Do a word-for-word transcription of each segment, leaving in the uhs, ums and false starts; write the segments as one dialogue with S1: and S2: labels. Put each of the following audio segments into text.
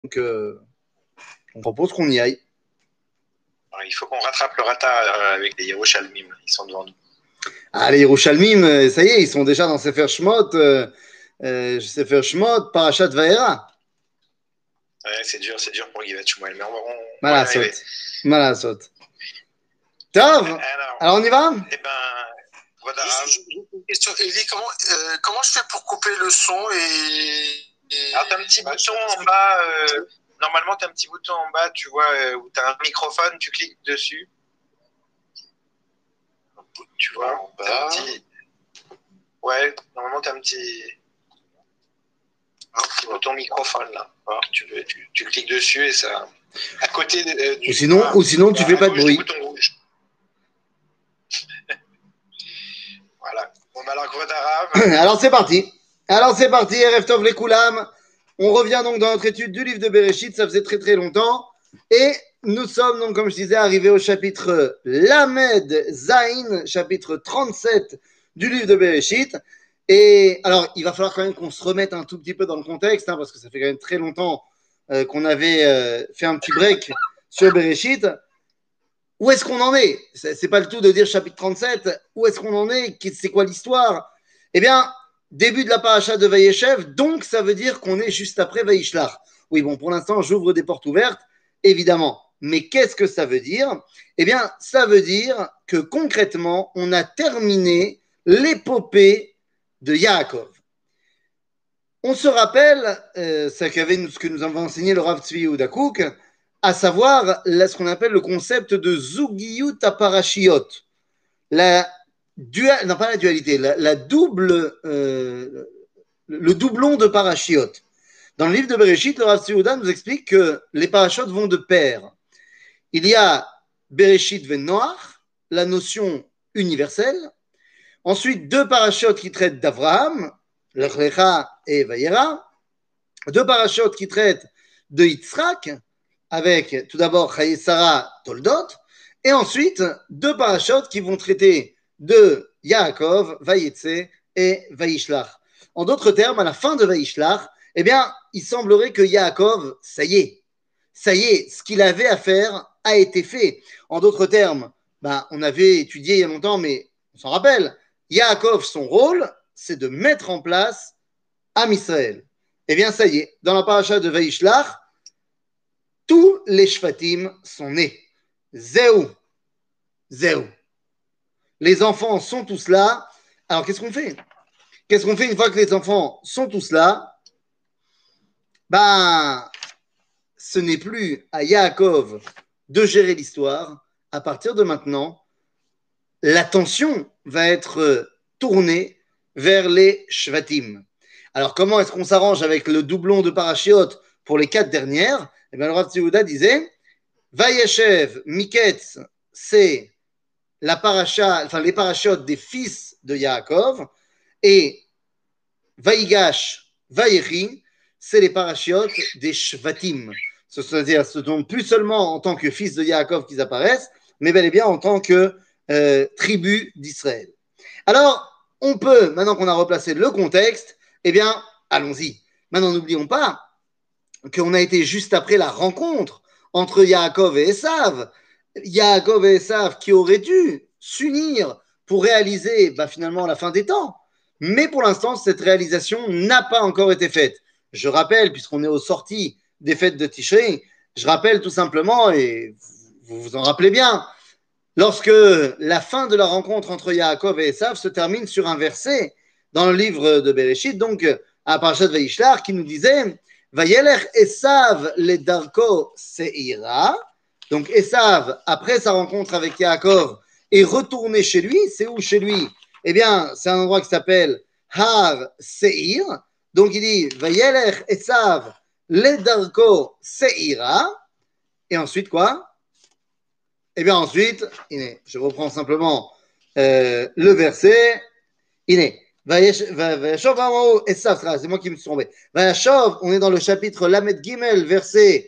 S1: Donc, euh, on propose qu'on y aille.
S2: Alors, il faut qu'on rattrape le retard avec les Yerushalmim. Ils sont devant nous.
S1: Ah, les Yerushalmim, ça y est, ils sont déjà dans Sefer Shemot, euh, euh, Sefer Shemot, Parashat Vaera.
S2: Ouais, c'est dur, c'est dur pour Givat Shmuel, mais on va, on, on va y
S1: Malasot.
S2: arriver.
S1: Malasot. Tov,
S2: Alors,
S1: alors on y va?
S2: Eh ben, voilà.
S3: Juste une question, Eli, comment, euh, comment je fais pour couper le son et... et...
S2: Alors, tu as un petit bouton en bas, euh, normalement, tu as un petit bouton en bas, tu vois, euh, où tu as un microphone, tu cliques dessus. Tu vois,
S3: en bas.
S2: Un petit... Ouais, normalement, tu as un petit... un petit bouton microphone, là. Alors, tu, tu, tu cliques dessus et ça... À côté de, du...
S1: Ou sinon,
S2: ah,
S1: ou sinon tu fais pas de bruit.
S2: bouton rouge. Voilà. Bon, bah, alors, Kvod Harav.
S1: Alors c'est parti. Alors c'est parti, Erev Tov les Koulam. On revient donc dans notre étude du livre de Bereshit, ça faisait très très longtemps. Et nous sommes donc, comme je disais, arrivés au chapitre Lamed Zain, chapitre trente-sept du livre de Bereshit. Et alors, il va falloir quand même qu'on se remette un tout petit peu dans le contexte, hein, parce que ça fait quand même très longtemps euh, qu'on avait euh, fait un petit break sur Bereshit. Où est-ce qu'on en est? C'est pas le tout de dire chapitre trente-sept. Où est-ce qu'on en est? C'est quoi l'histoire? Eh bien, début de la paracha de Vayeshev, donc ça veut dire qu'on est juste après Vayishlach. Oui, bon, pour l'instant, j'ouvre des portes ouvertes, évidemment. Mais qu'est-ce que ça veut dire? Eh bien, ça veut dire que concrètement, on a terminé l'épopée de Yaakov. On se rappelle, euh, ce, ce que nous avons enseigné le Rav Tzvi Yehuda Kook, à savoir là, ce qu'on appelle le concept de Zugiyut Aparashiot. La dual, non pas la dualité, la, la double, euh, le doublon de Parashiot. Dans le livre de Bereshit, le Rav Tzvi Yehuda nous explique que les Parashot vont de pair. Il y a Bereshit ve Noach, la notion universelle. Ensuite, deux Parashot qui traitent d'Avraham, Lech Lecha et Vayera. Deux Parashot qui traitent de Yitzhak, avec tout d'abord Chaye Sarah Toldot, et ensuite deux parachutes qui vont traiter de Yaakov, Vayetze et Vayishlach. En d'autres termes, à la fin de Vayishlach, eh bien, il semblerait que Yaakov, ça y est, ça y est, ce qu'il avait à faire a été fait. En d'autres termes, ben, on avait étudié il y a longtemps, mais on s'en rappelle, Yaakov, son rôle, c'est de mettre en place Am Israël. Eh bien, ça y est, dans la paracha de Vayishlach, tous les Shvatim sont nés. Zéou. Zéou. Les enfants sont tous là. Alors, qu'est-ce qu'on fait? Qu'est-ce qu'on fait une fois que les enfants sont tous là? Ben, ce n'est plus à Yaakov de gérer l'histoire. À partir de maintenant, l'attention va être tournée vers les Shvatim. Alors, comment est-ce qu'on s'arrange avec le doublon de Parashiot pour les quatre dernières? Eh bien, le Rav Tzvi disait Vayeshev, Miketz, c'est la paracha, enfin, les parachutes des fils de Yaakov, et Vayigash, Vayechi, c'est les parachutes des Shvatim. C'est-à-dire, ce sont plus seulement en tant que fils de Yaakov qu'ils apparaissent, mais bel et bien en tant que euh, tribu d'Israël. Alors, on peut, maintenant qu'on a replacé le contexte, eh bien, allons-y. Maintenant, n'oublions pas qu'on a été juste après la rencontre entre Yaakov et Esav. Yaakov et Esav qui auraient dû s'unir pour réaliser bah, finalement la fin des temps. Mais pour l'instant, cette réalisation n'a pas encore été faite. Je rappelle, puisqu'on est aux sorties des fêtes de Tishrei, je rappelle tout simplement, et vous vous en rappelez bien, lorsque la fin de la rencontre entre Yaakov et Esav se termine sur un verset dans le livre de Bereshit, donc à Parashat Vayishlach, qui nous disait Vayelech Esav le Darko Seira. Donc Esav, après sa rencontre avec Yaakov, est retourné chez lui. C'est où chez lui? Eh bien, c'est un endroit qui s'appelle Har Seir. Donc il dit Vayelech Esav le Darko Seira. Et ensuite quoi? Eh bien ensuite, je reprends simplement euh, le verset. Il est Vayashov, c'est moi qui me suis trompé. Vayashov, on est dans le chapitre Lamed Gimel, verset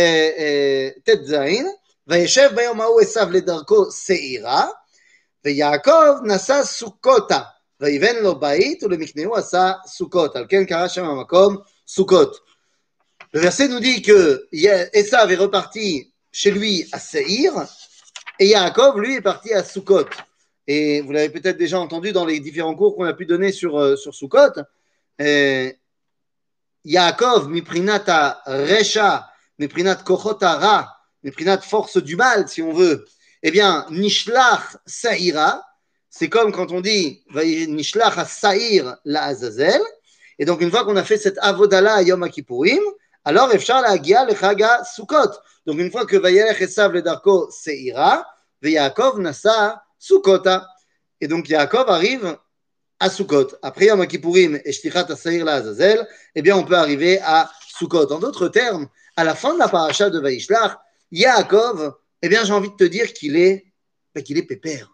S1: Tet Zain. Vayashev bayom hahu Esav ledarko seira, ויעקב נשא סוכותה, ויבן לו בית ולמקנהו עשה סוכות. על כן קרא שם המקום סוכות. Le verset nous dit que Esav est reparti chez lui à Seir et Yaakov, lui, est parti à Sukkot. Et vous l'avez peut-être déjà entendu dans les différents cours qu'on a pu donner sur, euh, sur Sukkot. Euh, Yaakov, miprinat resha, miprinat kochot hara, miprinat force du mal, si on veut. Eh bien, nishlach saïra, c'est comme quand on dit nishlach saïr la azazel. Et donc, une fois qu'on a fait cette avodala à Yom Kippourim, alors efshar la hagia le chaga Sukkot. Donc, une fois que vayelech Esav le darko seira, ve Yaakov nasa Sukkota. Et donc, Yaakov arrive à Sukkot. Après Yom Kippourim et shtichat saïr la azazel, eh bien, on peut arriver à Sukkot. En d'autres termes, à la fin de la paracha de Vayishlach, Yaakov, eh bien, j'ai envie de te dire qu'il est, ben, qu'il est pépère.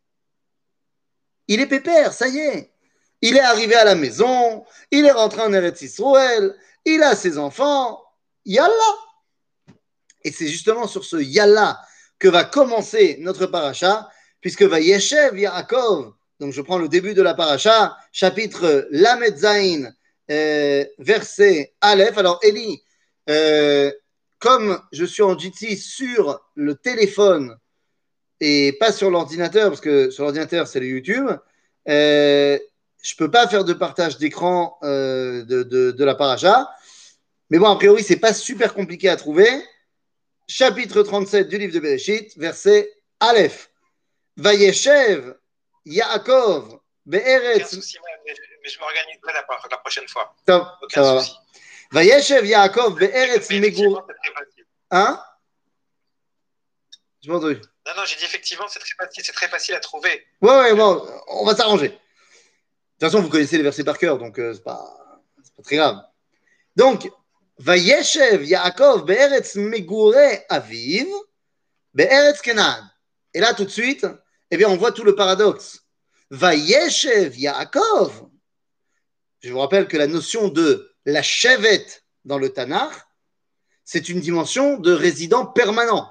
S1: Il est pépère, ça y est. Il est arrivé à la maison, il est rentré en Eretz Yisroel, il a ses enfants, Yallah. Et c'est justement sur ce Yallah que va commencer notre paracha, puisque va Yeshev Yaakov, donc je prends le début de la paracha, chapitre Lamed Zain, euh, verset Aleph. Alors Eli, euh, comme je suis en Jitsi sur le téléphone et pas sur l'ordinateur, parce que sur l'ordinateur c'est le YouTube, euh, je ne peux pas faire de partage d'écran euh, de, de, de la paracha. Mais bon, a priori, ce n'est pas super compliqué à trouver. Chapitre trente-sept du livre de Bereshit, verset Aleph. Vayeshev Yaakov Be'eretz.
S2: Aucun souci, mais je m'organiserai la, la prochaine fois.
S1: Top,
S2: Aucun
S1: ça
S2: souci.
S1: Va. Vayeshev Yaakov Be'eretz Megour. Hein? Je m'en entendu.
S2: Non, non, j'ai dit effectivement, c'est très facile, c'est très facile à trouver.
S1: Ouais, ouais, bon, on va s'arranger. De toute façon, vous connaissez les versets par cœur, donc euh, c'est pas, c'est pas très grave. Donc, Vayeshev Yaakov be'eretz megure aviv be'eretz Kenan. Et là, tout de suite, eh bien, on voit tout le paradoxe. Vayeshev Yaakov. Je vous rappelle que la notion de la shevet dans le Tanakh, c'est une dimension de résident permanent.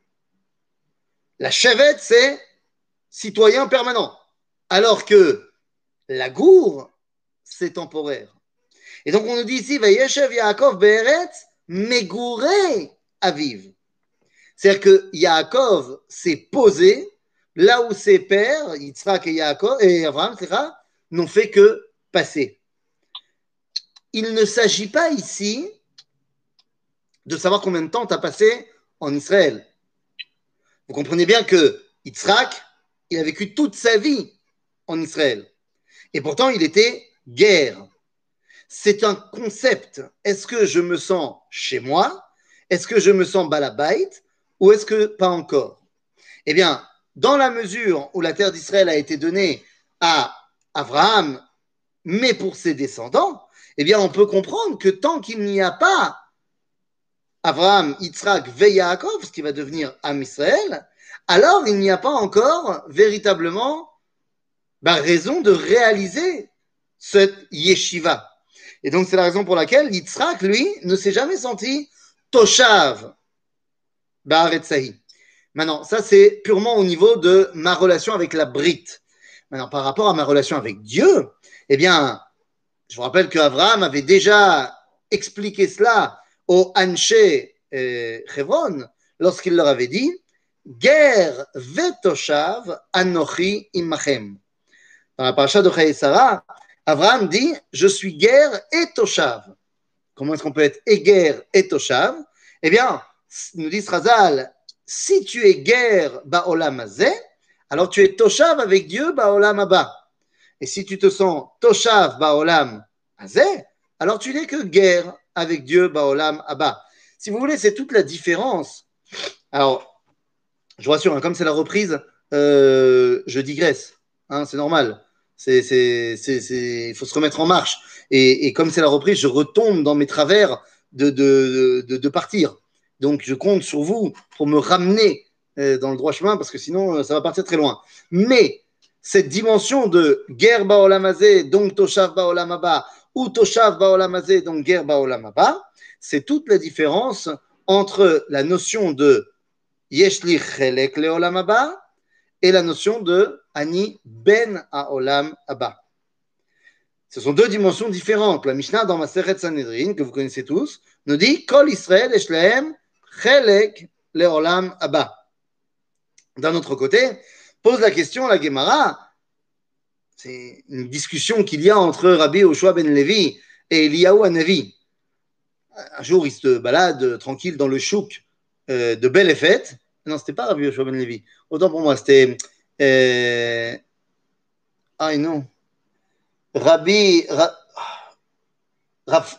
S1: La shevet, c'est citoyen permanent. Alors que la gour, c'est temporaire. Et donc, on nous dit ici, Vayeshev Yaakov be'eretz megure aviv. C'est-à-dire que Yaakov s'est posé là où ses pères, Yitzhak et Yaakov, et Abraham, et cetera, n'ont fait que passer. Il ne s'agit pas ici de savoir combien de temps tu as passé en Israël. Vous comprenez bien que Yitzhak, il a vécu toute sa vie en Israël. Et pourtant, il était guerre. C'est un concept. Est-ce que je me sens chez moi? Est-ce que je me sens balabait? Ou est-ce que pas encore? Eh bien, dans la mesure où la terre d'Israël a été donnée à Abraham, mais pour ses descendants, eh bien, on peut comprendre que tant qu'il n'y a pas Abraham, Yitzhak, Yaakov, ce qui va devenir Am Israël, alors il n'y a pas encore véritablement bah, raison de réaliser cette yeshiva. Et donc, c'est la raison pour laquelle Yitzhak, lui, ne s'est jamais senti toshav ba'aretzahi. Maintenant, ça, c'est purement au niveau de ma relation avec la Brit. Maintenant, par rapport à ma relation avec Dieu, eh bien, je vous rappelle qu'Abraham avait déjà expliqué cela aux Anshe Chevron lorsqu'il leur avait dit Ger vetoshav anochi imachem. Dans la paracha de Chayei Sarah, Abraham dit je suis guerre et toshav. Comment est-ce qu'on peut être éguer et toshav? Eh bien, nous dit Razal, si tu es guerre ba'olam hazeh, alors tu es toshav avec Dieu ba'olam haba. Et si tu te sens toshav ba'olam hazeh, alors tu n'es que guerre avec Dieu ba'olam haba. Si vous voulez, c'est toute la différence. Alors, je vous rassure, hein, comme c'est la reprise, euh, je digresse. Hein, c'est normal. C'est, c'est, c'est, c'est, il faut se remettre en marche. Et, et comme c'est la reprise, je retombe dans mes travers de, de, de, de partir. Donc, je compte sur vous pour me ramener euh, dans le droit chemin parce que sinon, euh, ça va partir très loin. Mais cette dimension de guerre ba'olam hazeh, donc toshav ba'olam haba, ou toshav ba'olam hazeh, donc guerre ba'olam haba, c'est toute la différence entre la notion de yesh li chelek le'olam haba et la notion de ani ben ha'olam haba. Ce sont deux dimensions différentes. La Mishnah dans Masechet Sanhedrin, que vous connaissez tous, nous dit Kol Israël Eshlehem Chelek Leolam Abba. D'un autre côté, pose la question la Gemara. C'est une discussion qu'il y a entre Rabbi Yoshua ben Levi et Eliyahu Hanavi. Un jour, il se balade tranquille dans le chouk euh, de Bel Efet. Non, c'était pas Rabbi Yoshua ben Levi. Autant pour moi, c'était. Euh... Ah non. Rabbi. Ra... Rav.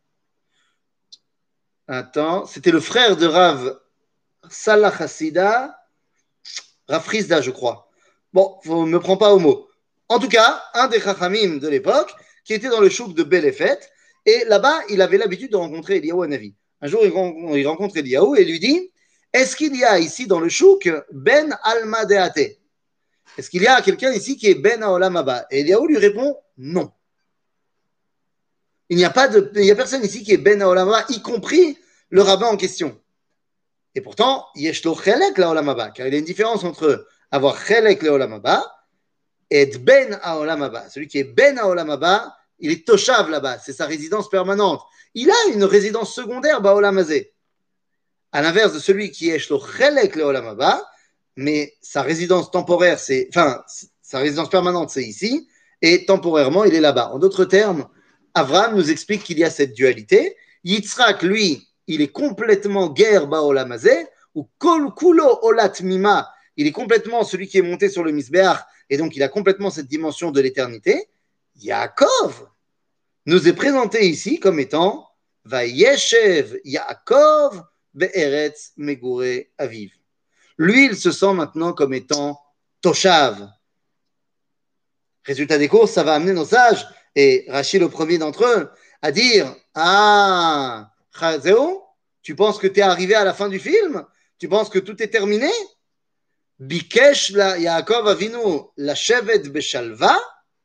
S1: Attends, c'était le frère de Rav Salah Hassida, Rav Frisda, je crois. Bon, ne me prends pas au mot. En tout cas, un des Chachamim de l'époque qui était dans le chouk de Bel Efet. Et là-bas, il avait l'habitude de rencontrer Eliyahu Hanavi. Un jour, il rencontre Eliyahu et lui dit est-ce qu'il y a ici dans le chouk Ben Alma Deate? Est-ce qu'il y a quelqu'un ici qui est Ben Haolam Haba? Et Eliyahu lui répond non. Il n'y a pas de, il n'y a personne ici qui est Ben Haolam Haba, y compris le rabbin en question. Et pourtant, Yesh lo Chelek Leolam Haba, car il y a une différence entre avoir Chelek Leolam Haba et être Ben Haolam Haba. Celui qui est Ben Haolam Haba, il est Toshav là-bas, c'est sa résidence permanente. Il a une résidence secondaire Baolam Hazé. À l'inverse de celui qui est Shlo Chelek Leolam Haba, mais sa résidence temporaire, c'est, enfin, sa résidence permanente, c'est ici, et temporairement, il est là-bas. En d'autres termes, Avraham nous explique qu'il y a cette dualité. Yitzhak, lui, il est complètement guerre Baolam Hazé, ou Kol Kulo Olat Mima, il est complètement celui qui est monté sur le Misbeach, et donc il a complètement cette dimension de l'éternité. Yaakov nous est présenté ici comme étant Vayeshev Yaakov Be'eretz Megure Aviv. Lui, il se sent maintenant comme étant Toshav. Résultat des courses, ça va amener nos sages, et Rachid, le premier d'entre eux, à dire ah, Chazeo, tu penses que tu es arrivé à la fin du film? Tu penses que tout est terminé? Bikesh la Yaakov Avinu la shevet beshalva.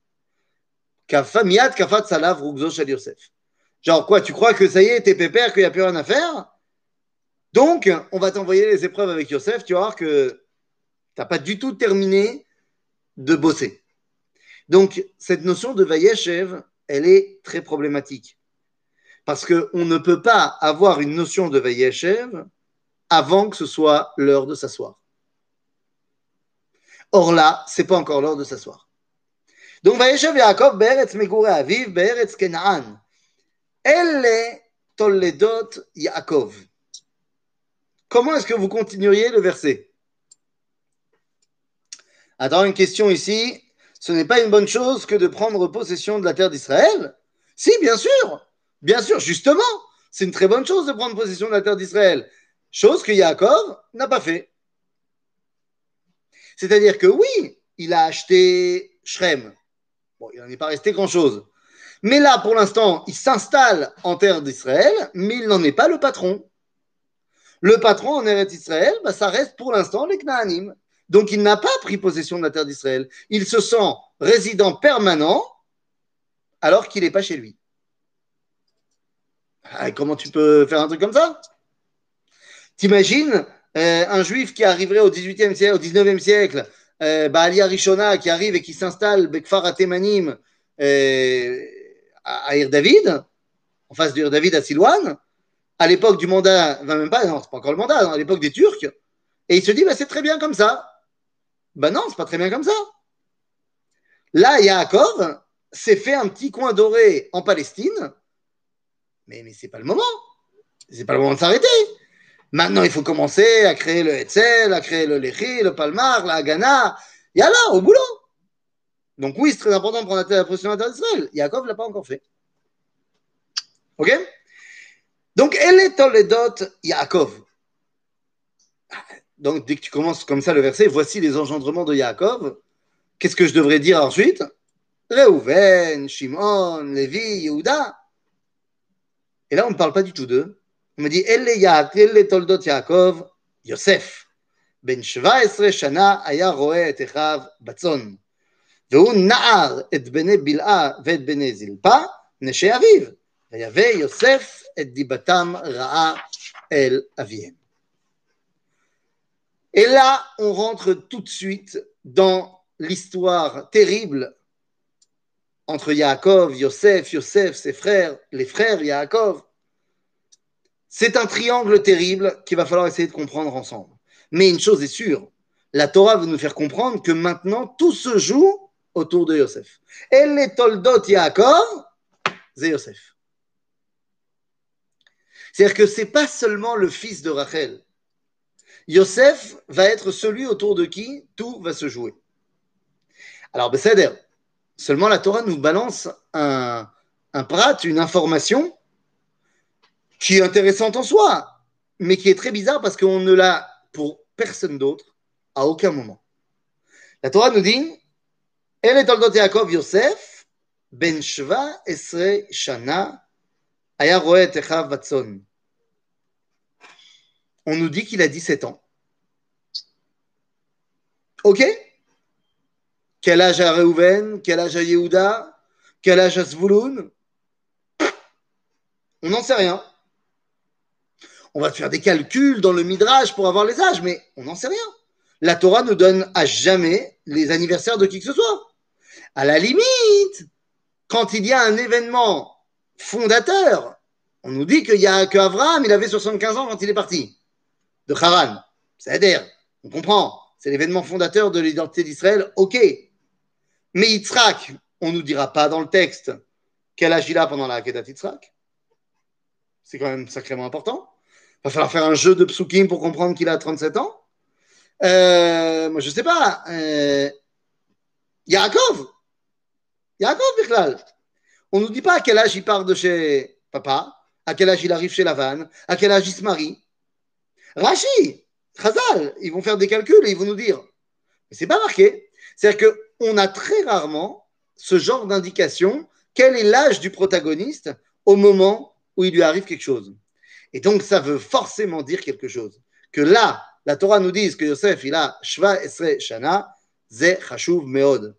S1: Genre quoi, tu crois que ça y est, t'es pépère, qu'il n'y a plus rien à faire? Donc, on va t'envoyer les épreuves avec Yosef, tu vas voir que tu n'as pas du tout terminé de bosser. Donc, cette notion de Vayeshev, elle est très problématique. Parce qu'on ne peut pas avoir une notion de Vayeshev avant que ce soit l'heure de s'asseoir. Or là, ce n'est pas encore l'heure de s'asseoir. Donc, Vayeshev Yaakov be'eretz megure aviv be'eretz Kenaan. Elle toledot Yaakov. Comment est-ce que vous continueriez le verset? Attends, une question ici. Ce n'est pas une bonne chose que de prendre possession de la terre d'Israël? Si, bien sûr. Bien sûr, justement. C'est une très bonne chose de prendre possession de la terre d'Israël. Chose que Yaakov n'a pas fait. C'est-à-dire que oui, il a acheté Shrem. Bon, il n'en est pas resté grand-chose. Mais là, pour l'instant, il s'installe en terre d'Israël, mais il n'en est pas le patron. Le patron en Eretz Israël, bah, ça reste pour l'instant les Knaanim. Donc, il n'a pas pris possession de la terre d'Israël. Il se sent résident permanent alors qu'il n'est pas chez lui. Ah, comment tu peux faire un truc comme ça? T'imagines euh, un juif qui arriverait au dix-huitième siècle, au dix-neuvième siècle, euh, Baalia Rishona qui arrive et qui s'installe Bekfar Atemanim euh, à Ir David, en face d'Ir David à Silouane, à l'époque du mandat, enfin même pas, non, c'est pas encore le mandat, non, à l'époque des Turcs, et il se dit, bah, c'est très bien comme ça. Ben non, c'est pas très bien comme ça. Là, Yaakov s'est fait un petit coin doré en Palestine, mais, mais c'est pas le moment. C'est pas le moment de s'arrêter. Maintenant, il faut commencer à créer le Hetzel, à créer le Lechi, le Palmar, la Haganah. Yallah, au boulot. Donc oui, c'est très important de prendre la position d'Israël. Yaakov ne l'a pas encore fait. Ok? Donc, elle est Toledot Yaakov. Donc, dès que tu commences comme ça le verset, voici les engendrements de Yaakov. Qu'est-ce que je devrais dire ensuite? Reuven, Shimon, Lévi, Yehuda. Et là, on ne parle pas du tout d'eux. On me dit, Elle est Toldot Yaakov, Yosef. Ben שבע-עשרה שנה היה רואה את אחיו בצאן. והוא נער את בני בלעה ואת בני זלפה, נשי אביו. ויבא יוסף את דיבתם רעה אל אביהם. Et là, on rentre tout de suite dans l'histoire terrible entre Yaakov, Yosef, Yosef, ses frères, les frères Yaakov. c'est un triangle terrible qu'il va falloir essayer de comprendre ensemble. Mais une chose est sûre, la Torah veut nous faire comprendre que maintenant, tout se joue autour de Yosef. El les toldot Yaakov, c'est Yosef. C'est-à-dire que ce n'est pas seulement le fils de Rachel. Yosef va être celui autour de qui tout va se jouer. Alors, Besséder, seulement la Torah nous balance un, un prat, une information qui est intéressante en soi, mais qui est très bizarre parce qu'on ne l'a pour personne d'autre à aucun moment. La Torah nous dit El et toldot Yaakov Yosef ben shva esre shana aya roeh et echav batzon. On nous dit qu'il a dix-sept ans. Ok? Quel âge a Reuven? Quel âge a Yehuda? Quel âge a Zvouloun? On n'en sait rien. On va faire des calculs dans le Midrash pour avoir les âges, mais on n'en sait rien. La Torah ne donne à jamais les anniversaires de qui que ce soit. À la limite, quand il y a un événement fondateur, on nous dit qu'il y a que Abraham, il avait soixante-quinze ans quand il est parti de Haran. C'est-à-dire, on comprend, c'est l'événement fondateur de l'identité d'Israël, ok. Mais Yitzhak, on ne nous dira pas dans le texte quel âge il a pendant la Akedat Yitzhak. C'est quand même sacrément important. Il va falloir faire un jeu de psukim pour comprendre qu'il a trente-sept ans. Euh, moi, je ne sais pas. Euh, Yaakov. Yaakov, Bichlal. On ne nous dit pas à quel âge il part de chez papa, à quel âge il arrive chez Lavan, à quel âge il se marie. Rashi, Chazal, ils vont faire des calculs et ils vont nous dire. Mais ce n'est pas marqué. C'est-à-dire qu'on a très rarement ce genre d'indication, quel est l'âge du protagoniste au moment où il lui arrive quelque chose. Et donc, ça veut forcément dire quelque chose. Que là, la Torah nous dit que Yosef, il a Shva Esre Shana, Ze Chashuv Meod.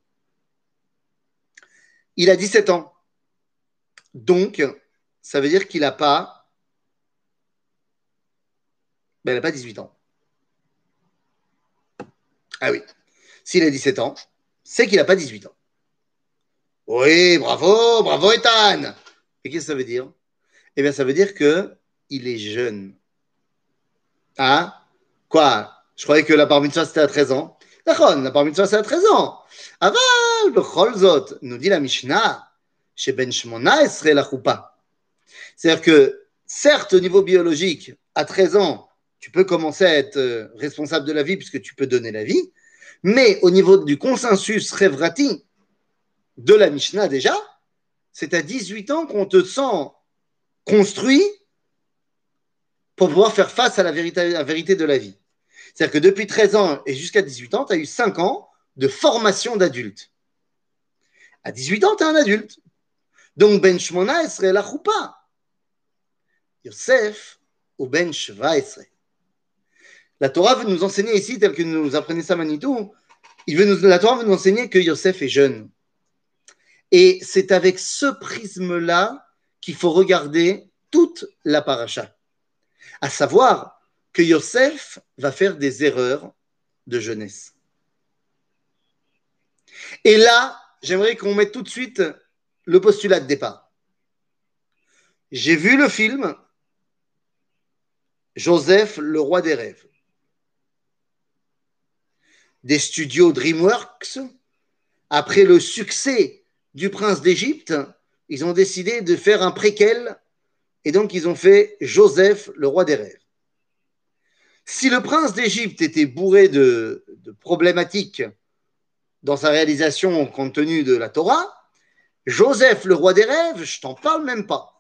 S1: Il a dix-sept ans. Donc, ça veut dire qu'il n'a pas, ben, il n'a pas dix-huit ans. Ah oui. S'il a dix-sept ans, c'est qu'il n'a pas dix-huit ans. Oui, bravo, bravo Ethan. Et qu'est-ce que ça veut dire? Eh bien, ça veut dire qu'il est jeune. Hein? Quoi? Je croyais que la bar mitzvah c'était à treize ans. D'accord, la bar mitzvah c'est à treize ans. Aval, bechol zot, nous dit la Mishnah, chez Ben Shmona esrei la choupa. C'est-à-dire que, certes, au niveau biologique, à treize ans, tu peux commencer à être responsable de la vie puisque tu peux donner la vie, mais au niveau du consensus revrati de la Mishnah déjà, c'est à dix-huit ans qu'on te sent construit pour pouvoir faire face à la vérité, à la vérité de la vie. C'est-à-dire que depuis treize ans et jusqu'à dix-huit ans, tu as eu cinq ans de formation d'adulte. À dix-huit ans, tu es un adulte. Donc, Ben Shmona Esrei la choupa. Yosef ou Ben Shva Esrei. La Torah veut nous enseigner ici, tel que nous apprenait ça Manitou, il veut nous, la Torah veut nous enseigner que Yosef est jeune. Et c'est avec ce prisme-là qu'il faut regarder toute la paracha. À savoir que Yosef va faire des erreurs de jeunesse. Et là, j'aimerais qu'on mette tout de suite le postulat de départ. J'ai vu le film Joseph, le roi des rêves. Des studios DreamWorks, après le succès du Prince d'Égypte, ils ont décidé de faire un préquel et donc ils ont fait Joseph, le roi des rêves. Si le Prince d'Égypte était bourré de, de problématiques dans sa réalisation compte tenu de la Torah, Joseph, le roi des rêves, je t'en parle même pas.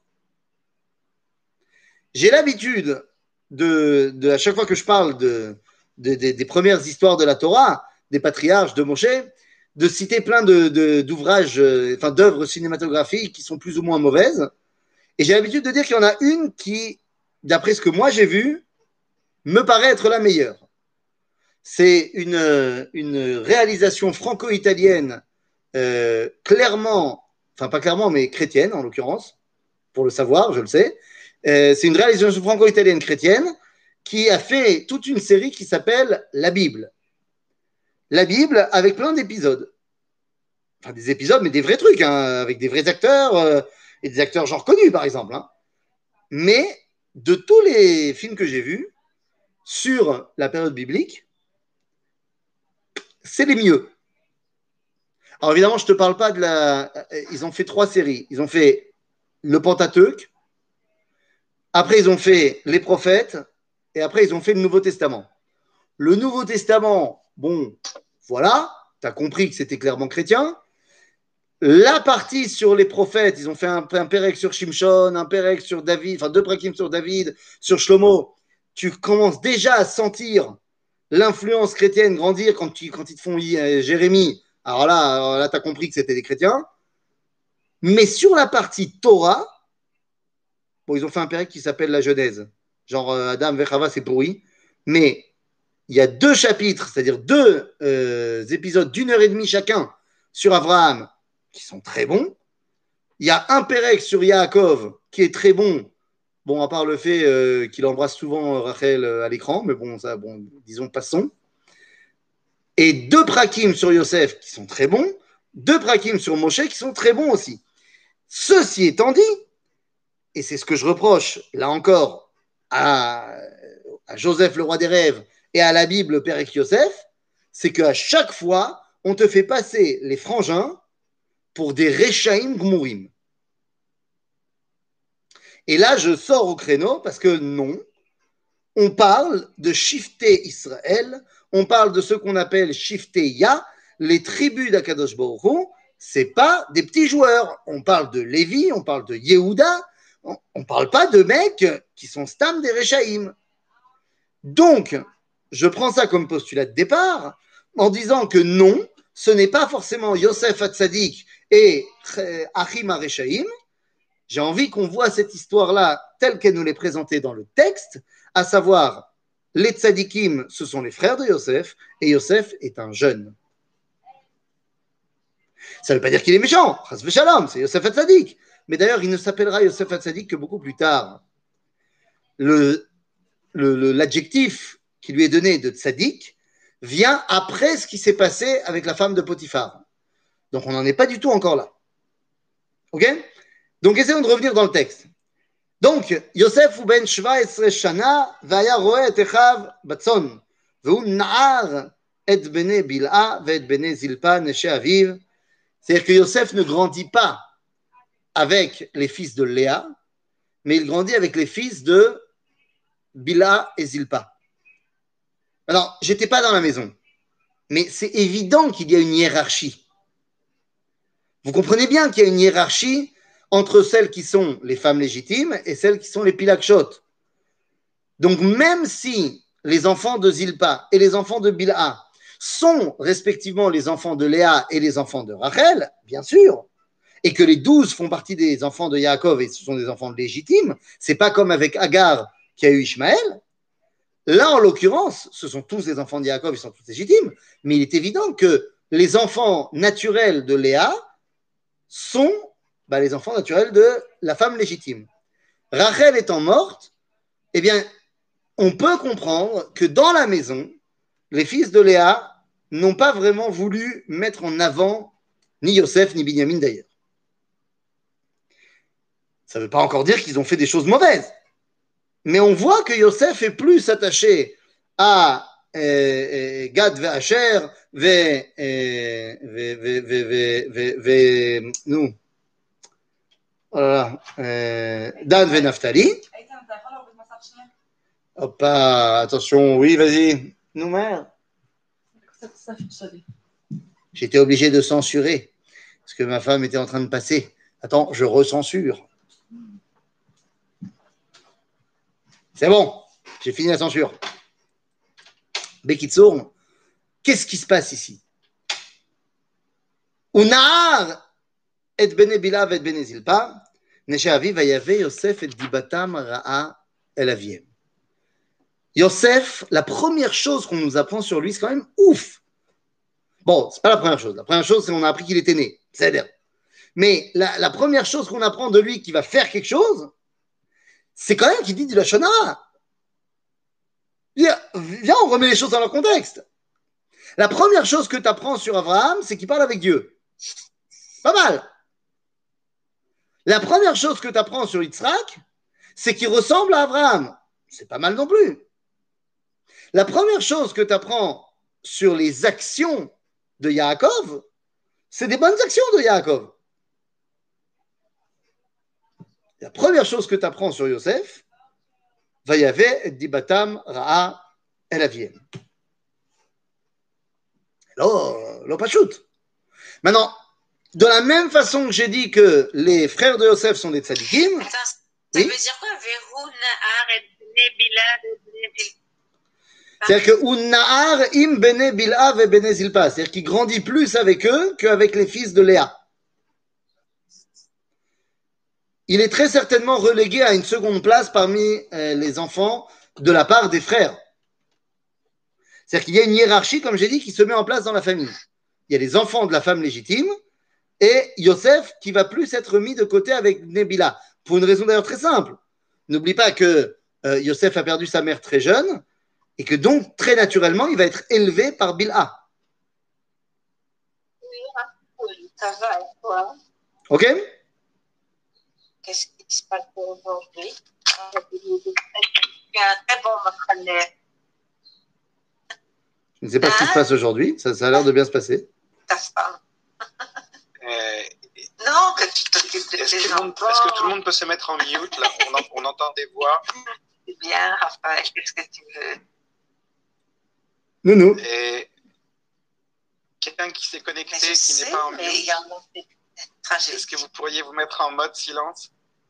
S1: J'ai l'habitude de, de, à chaque fois que je parle de De, de, des premières histoires de la Torah, des patriarches, de Moshe, de citer plein de, de, d'ouvrages, euh, enfin d'œuvres cinématographiques qui sont plus ou moins mauvaises. Et j'ai l'habitude de dire qu'il y en a une qui, d'après ce que moi j'ai vu, me paraît être la meilleure. C'est une, une réalisation franco-italienne, euh, clairement, enfin pas clairement, mais chrétienne en l'occurrence, pour le savoir, je le sais. Euh, c'est une réalisation franco-italienne chrétienne qui a fait toute une série qui s'appelle La Bible. La Bible avec plein d'épisodes. Enfin, des épisodes, mais des vrais trucs, hein, avec des vrais acteurs, euh, et des acteurs genre connus, par exemple. Hein. Mais de tous les films que j'ai vus sur la période biblique, c'est les mieux. Alors évidemment, je ne te parle pas de la... Ils ont fait trois séries. Ils ont fait le Pentateuque, après ils ont fait les prophètes, et après ils ont fait le Nouveau Testament. Le Nouveau Testament, bon, voilà, tu as compris que c'était clairement chrétien. La partie sur les prophètes, ils ont fait un, un pérec sur Shimshon, un pérec sur David, enfin deux prakim sur David, sur Shlomo. Tu commences déjà à sentir l'influence chrétienne grandir quand, tu, quand ils te font euh, Jérémie. Alors là, alors là tu as compris que c'était des chrétiens. Mais sur la partie Torah, bon, ils ont fait un pérec qui s'appelle la Genèse. Genre euh, Adam Vechava, c'est pourri. Mais il y a deux chapitres, c'est-à-dire deux euh, épisodes d'une heure et demie chacun sur Abraham qui sont très bons. Il y a un pérec sur Yaakov qui est très bon. Bon, à part le fait euh, qu'il embrasse souvent Rachel euh, à l'écran, mais bon, ça, bon, disons, passons. Et deux prakim sur Yosef qui sont très bons, deux prakim sur Moshe qui sont très bons aussi. Ceci étant dit, et c'est ce que je reproche, là encore, à, à Joseph, le roi des rêves, et à la Bible, le pérec Yosef, c'est qu'à chaque fois, on te fait passer les frangins pour des Rechaim Gmourim. Et là, je sors au créneau parce que non, on parle de Shifté Israël, on parle de ce qu'on appelle Shifté Ya, les tribus d'Akadosh Baruch Hu, c'est pas des petits joueurs. On parle de Lévi, on parle de Yehuda, on ne parle pas de mecs qui sont stam des Rechaim. Donc, je prends ça comme postulat de départ en disant que non, ce n'est pas forcément Yosef Hatzadik et Achim HaRechaim. J'ai envie qu'on voit cette histoire-là telle qu'elle nous l'est présentée dans le texte, à savoir, les tzadikim, ce sont les frères de Yosef, et Yosef est un jeune. Ça ne veut pas dire qu'il est méchant, chas v'shalom, c'est Yosef Hatzadik. Mais d'ailleurs, il ne s'appellera Yosef Hatzadik que beaucoup plus tard. Le, le, le, l'adjectif qui lui est donné de tzaddik vient après ce qui s'est passé avec la femme de Potiphar. Donc, on n'en est pas du tout encore là. Ok? Donc, essayons de revenir dans le texte. Donc, Yosef ou ben שבע עשרה שנה, והיה רואה את אחיו בצאן, והוא נער את בני בלעה ואת בני זלפה, נשי אביו. C'est-à-dire que Yosef ne grandit pas avec les fils de Léa, mais il grandit avec les fils de Bila et Zilpa. Alors, je n'étais pas dans la maison, mais c'est évident qu'il y a une hiérarchie. Vous comprenez bien qu'il y a une hiérarchie entre celles qui sont les femmes légitimes et celles qui sont les pilakshot. Donc, même si les enfants de Zilpa et les enfants de Bilha sont respectivement les enfants de Léa et les enfants de Rachel, bien sûr, et que les douze font partie des enfants de Yaakov et ce sont des enfants légitimes, c'est pas comme avec Agar qui a eu Ishmaël. Là, en l'occurrence, ce sont tous les enfants de Yaakov, ils sont tous légitimes, mais il est évident que les enfants naturels de Léa sont bah, les enfants naturels de la femme légitime. Rachel étant morte, eh bien, on peut comprendre que dans la maison, les fils de Léa n'ont pas vraiment voulu mettre en avant ni Yosef ni Binyamin d'ailleurs. Ça ne veut pas encore dire qu'ils ont fait des choses mauvaises. Mais on voit que Yosef est plus attaché à euh, Gad ve Asher ve, euh, ve, ve, ve, ve, ve, ve nous, oh là là, euh, Dan ve Naftali. Hop, attention, oui, vas-y. Nous, mère. J'étais obligé de censurer parce que ma femme était en train de passer. Attends, je recensure. C'est bon, j'ai fini la censure. Bekitsour, qu'est-ce qui se passe ici? Unar et bene Bila et bene Zilpa, neshe aviv vayave Yosef et dibatam ra'a el aviem. Yosef, la première chose qu'on nous apprend sur lui, c'est quand même ouf. Bon, c'est pas la première chose. La première chose, c'est qu'on a appris qu'il était né. C'est-à-dire. Mais la, la première chose qu'on apprend de lui qui va faire quelque chose, c'est quand même qu'il dit du Lachon Hara. Viens, on remet les choses dans leur contexte. La première chose que tu apprends sur Abraham, c'est qu'il parle avec Dieu. Pas mal. La première chose que tu apprends sur Yitzhak, c'est qu'il ressemble à Abraham. C'est pas mal non plus. La première chose que tu apprends sur les actions de Yaakov, c'est des bonnes actions de Yaakov. La première chose que tu apprends sur Yosef, Vayave et Dibatam Ra'a El Aviem. Lo pas shoot. Maintenant, de la même façon que j'ai dit que les frères de Yosef sont des tzadikim.
S4: Attends, ça
S1: oui?
S4: veut dire quoi? Verou Nahar et Bene Bila et Bene Zilpa.
S1: C'est-à-dire que Unnahar im Bene Bilha et Bene Zilpa. C'est-à-dire qu'il grandit plus avec eux qu'avec les fils de Léa. Il est très certainement relégué à une seconde place parmi euh, les enfants de la part des frères. C'est-à-dire qu'il y a une hiérarchie, comme j'ai dit, qui se met en place dans la famille. Il y a les enfants de la femme légitime et Yosef qui va plus être mis de côté avec Nebila. Pour une raison d'ailleurs très simple. N'oublie pas que euh, Yosef a perdu sa mère très jeune et que donc, très naturellement, il va être élevé par Bilha.
S4: Oui, ça va, et toi?
S1: Ok?
S4: Qu'est-ce qui se passe aujourd'hui? Tu es un très bon machaleur.
S1: Je ne sais pas ce qui se passe aujourd'hui. Ça, ça a l'air de bien se passer.
S4: Ta femme.
S2: Euh,
S4: Non, que tu t'occupes de
S2: Est-ce
S4: tes
S2: que, tout le monde-
S4: enfants.
S2: est-ce que tout le monde peut se mettre en mute là, on, en- on entend des voix.
S4: C'est bien, Raphaël, qu'est-ce que tu veux?
S1: Nounou.
S2: Et quelqu'un qui s'est
S4: Mais
S2: connecté,
S4: je
S2: qui
S4: sais,
S2: n'est pas en
S4: mais il
S2: mute,
S4: y en a des tragédies.
S2: est-ce que vous pourriez vous mettre en mode silence?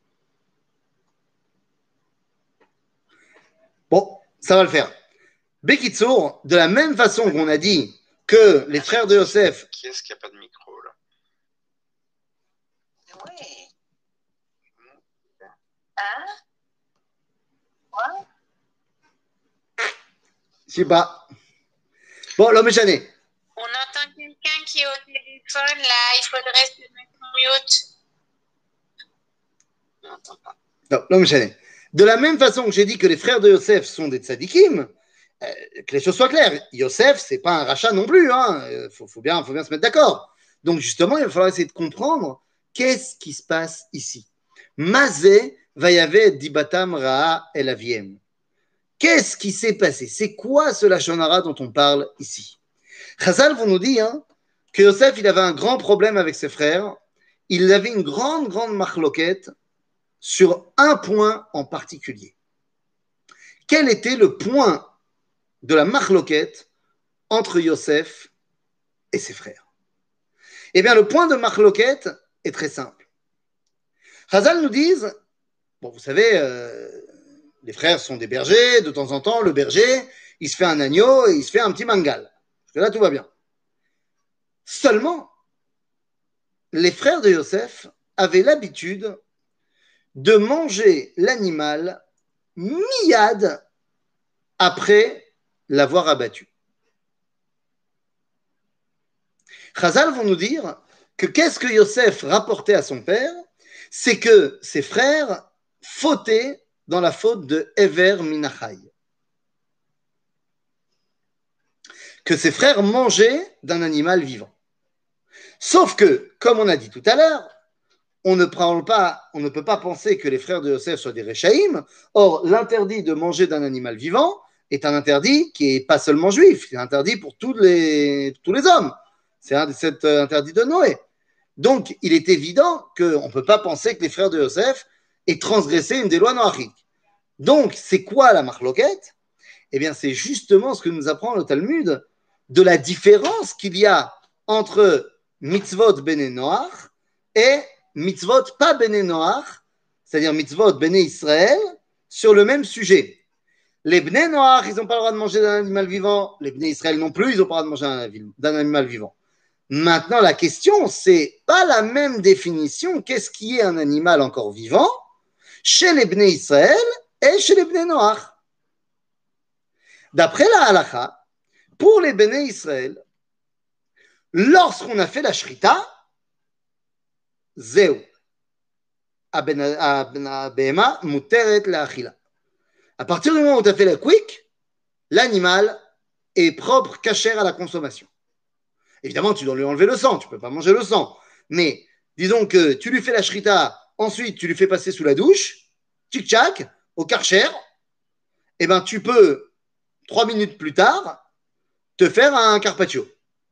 S1: Bon, ça va le faire. Bekitsour, de la même façon qu'on a dit que les frères de Yosef.
S2: Qui est-ce qui n'a pas de micro là?
S4: Oui. Hein? Quoi?
S1: Je sais pas. Bon, l'homme est chané.
S4: On entend quelqu'un qui est au téléphone, là. Il faudrait se mettre en mute. On n'entend pas.
S1: Non, l'homme est chané. De la même façon que j'ai dit que les frères de Yosef sont des tzadikim, euh, que les choses soient claires. Yosef, c'est pas un rachat non plus. Il hein. faut, faut, bien, faut bien se mettre d'accord. Donc, justement, il va falloir essayer de comprendre qu'est-ce qui se passe ici. Mazé vayave dibatam ra'a el aviem. Qu'est-ce qui s'est passé? C'est quoi ce lashon hara dont on parle ici? Chazal vous nous dit hein, que Yosef, il avait un grand problème avec ses frères. Il avait une grande, grande machloquette sur un point en particulier. Quel était le point de la machloquette entre Yosef et ses frères? Eh bien, le point de machloquette est très simple. Chazal nous disent, bon, vous savez, euh, les frères sont des bergers, de temps en temps, le berger, il se fait un agneau et il se fait un petit mangal. Parce que là, tout va bien. Seulement, les frères de Yosef avaient l'habitude de manger l'animal miyad après l'avoir abattu. Chazal vont nous dire que qu'est-ce que Yosef rapportait à son père? C'est que ses frères fautaient dans la faute de Ever Minachai. Que ses frères mangeaient d'un animal vivant. Sauf que, comme on a dit tout à l'heure, on ne, prend pas, on ne peut pas penser que les frères de Yosef soient des Réchaïm. Or, l'interdit de manger d'un animal vivant est un interdit qui n'est pas seulement juif, c'est interdit pour tous les, tous les hommes. C'est un cet interdit de Noé. Donc, il est évident qu'on ne peut pas penser que les frères de Yosef aient transgressé une des lois noachiques. Donc, c'est quoi la marloquette? Eh bien, c'est justement ce que nous apprend le Talmud de la différence qu'il y a entre mitzvot bene Noach et mitzvot pas bene Noach, c'est-à-dire mitzvot bene Israël, sur le même sujet. Les bene Noach, ils n'ont pas le droit de manger d'un animal vivant. Les bene Israël non plus, ils n'ont pas le droit de manger d'un animal vivant. Maintenant, la question, c'est pas la même définition. Qu'est-ce qui est un animal encore vivant chez les bene Israël et chez les bene Noach? D'après la halakha, pour les bene Israël, lorsqu'on a fait la shrita, zéou, abema muteret laachila. À partir du moment où tu as fait la quick, l'animal est propre, cachère à la consommation. Évidemment, tu dois lui enlever le sang, tu ne peux pas manger le sang. Mais disons que tu lui fais la shrita, ensuite tu lui fais passer sous la douche, tchic-tchac, au Karcher, eh ben, tu peux, trois minutes plus tard, te faire un carpaccio.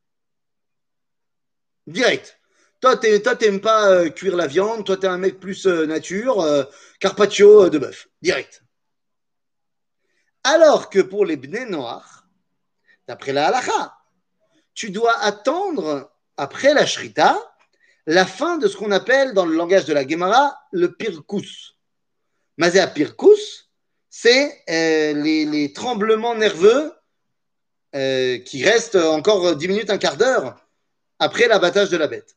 S1: Direct. Toi, tu n'aimes pas euh, cuire la viande, toi, tu es un mec plus euh, nature, euh, carpaccio euh, de bœuf. Direct. Alors que pour les bnei noach, d'après la halakha, tu dois attendre, après la shrita, la fin de ce qu'on appelle, dans le langage de la Gemara, le pirkous. Mazé à pirkous, c'est euh, les, les tremblements nerveux euh, qui restent encore dix minutes, un quart d'heure après l'abattage de la bête.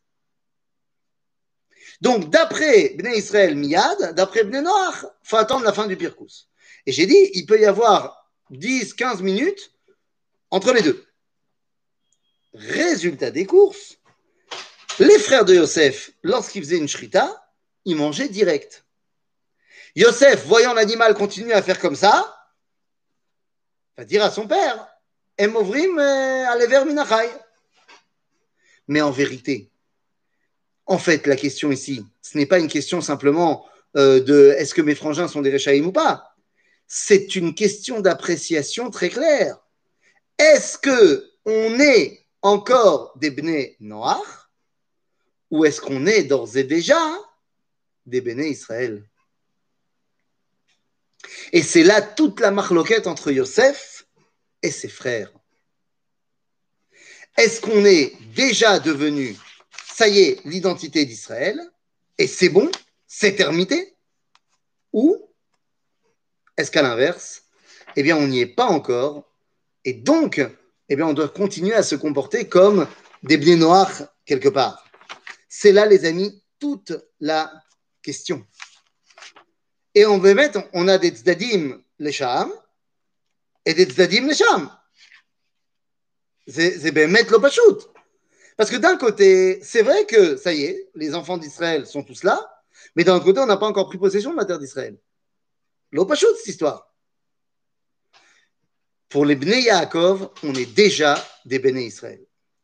S1: Donc, d'après Bnei Israël Miyad, d'après Bnei Noach, il faut attendre la fin du pirkous. Et j'ai dit, il peut y avoir dix, quinze minutes entre les deux. Résultat des courses, les frères de Yosef, lorsqu'ils faisaient une shrita, ils mangeaient direct. Yosef, voyant l'animal continuer à faire comme ça, va dire à son père, Emovrim alever minachai. Mais en vérité, en fait, la question ici, ce n'est pas une question simplement euh, de est-ce que mes frangins sont des réchaïm ou pas. C'est une question d'appréciation très claire. Est-ce qu'on est encore des bnei noach ou est-ce qu'on est d'ores et déjà des bnei Israël? Et c'est là toute la marloquette entre Yosef et ses frères. Est-ce qu'on est déjà devenu, ça y est, l'identité d'Israël, et c'est bon, c'est terminé? Ou est-ce qu'à l'inverse, eh bien, on n'y est pas encore, et donc, eh bien, on doit continuer à se comporter comme des bnei noach quelque part. C'est là, les amis, toute la question. Et on veut mettre, on a des tzdadim l'esham et des tzdadim l'esham. C'est bémet lo pachout. Parce que d'un côté, c'est vrai que, ça y est, les enfants d'Israël sont tous là, mais d'un autre côté, on n'a pas encore pris possession de la terre d'Israël. Lo pachout, cette histoire. Pour les Bnei Yaakov, on est déjà des Bnei Israël.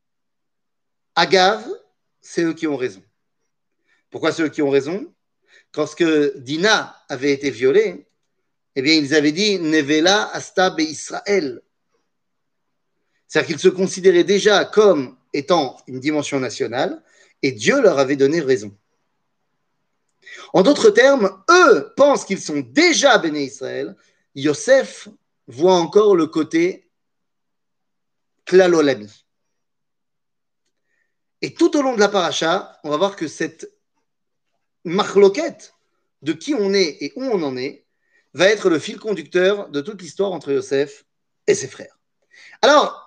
S1: Agav, c'est eux qui ont raison. Pourquoi c'est eux qui ont raison? Lorsque Dina avait été violée, eh bien, ils avaient dit Nevela asta be'Israël. C'est-à-dire qu'ils se considéraient déjà comme étant une dimension nationale et Dieu leur avait donné raison. En d'autres termes, eux pensent qu'ils sont déjà béné Israël. Yosef voit encore le côté klalolami. Et tout au long de la paracha, on va voir que cette marloquette de qui on est et où on en est va être le fil conducteur de toute l'histoire entre Yosef et ses frères. Alors,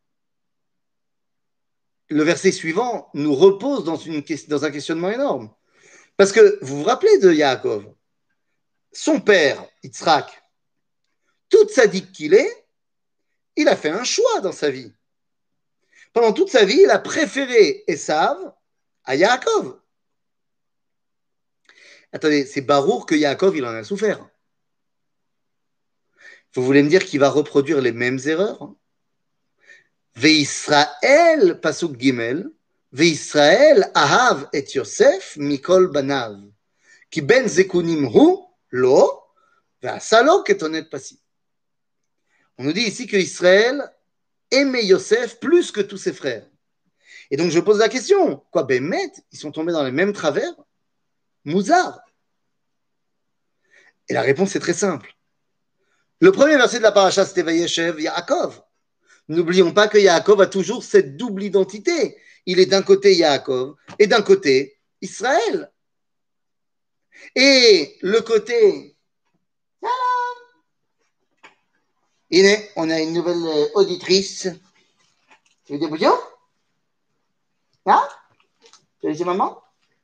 S1: le verset suivant nous repose dans, une, dans un questionnement énorme. Parce que vous vous rappelez de Yaakov, son père, Yitzhak, toute sadique qu'il est, il a fait un choix dans sa vie. Pendant toute sa vie, il a préféré Esav à Yaakov. Attendez, c'est barour que Yaakov, il en a souffert. Vous voulez me dire qu'il va reproduire les mêmes erreurs? Ve'Israël, pasuk gimel, Ve'Israël ahav et Yosef mikol banav, ki ben zekunim hu lo, ve'asalo ketonet pasi. On nous dit ici que Israël aimait Yosef plus que tous ses frères. Et donc je pose la question, quoi, Bémet, ils sont tombés dans les mêmes travers? Mouzar. Et la réponse est très simple. Le premier verset de la paracha, c'était Vayeshev Yaakov. N'oublions pas que Yaakov a toujours cette double identité. Il est d'un côté Yaakov et d'un côté Israël. Et le côté... Iné, on a une nouvelle auditrice. Tu veux des bouillons? Hein? Tu veux laisser maman?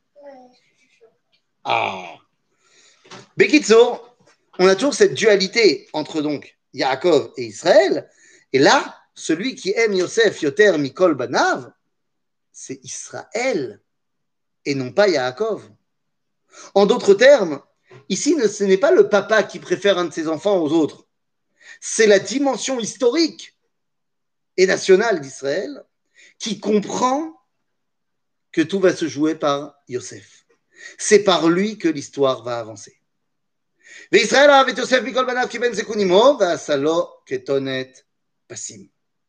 S1: Ah. Bekitsour, on a toujours cette dualité entre donc Yaakov et Israël. Et là, celui qui aime Yosef Yoter Mikol Banav, c'est Israël et non pas Yaakov. En d'autres termes, ici, ce n'est pas le papa qui préfère un de ses enfants aux autres. C'est la dimension historique et nationale d'Israël qui comprend que tout va se jouer par Yosef. C'est par lui que l'histoire va avancer. וישראל אהב את יוסף מכל בניו כי בן זקון עמו, ועשה לו כתונת פסים.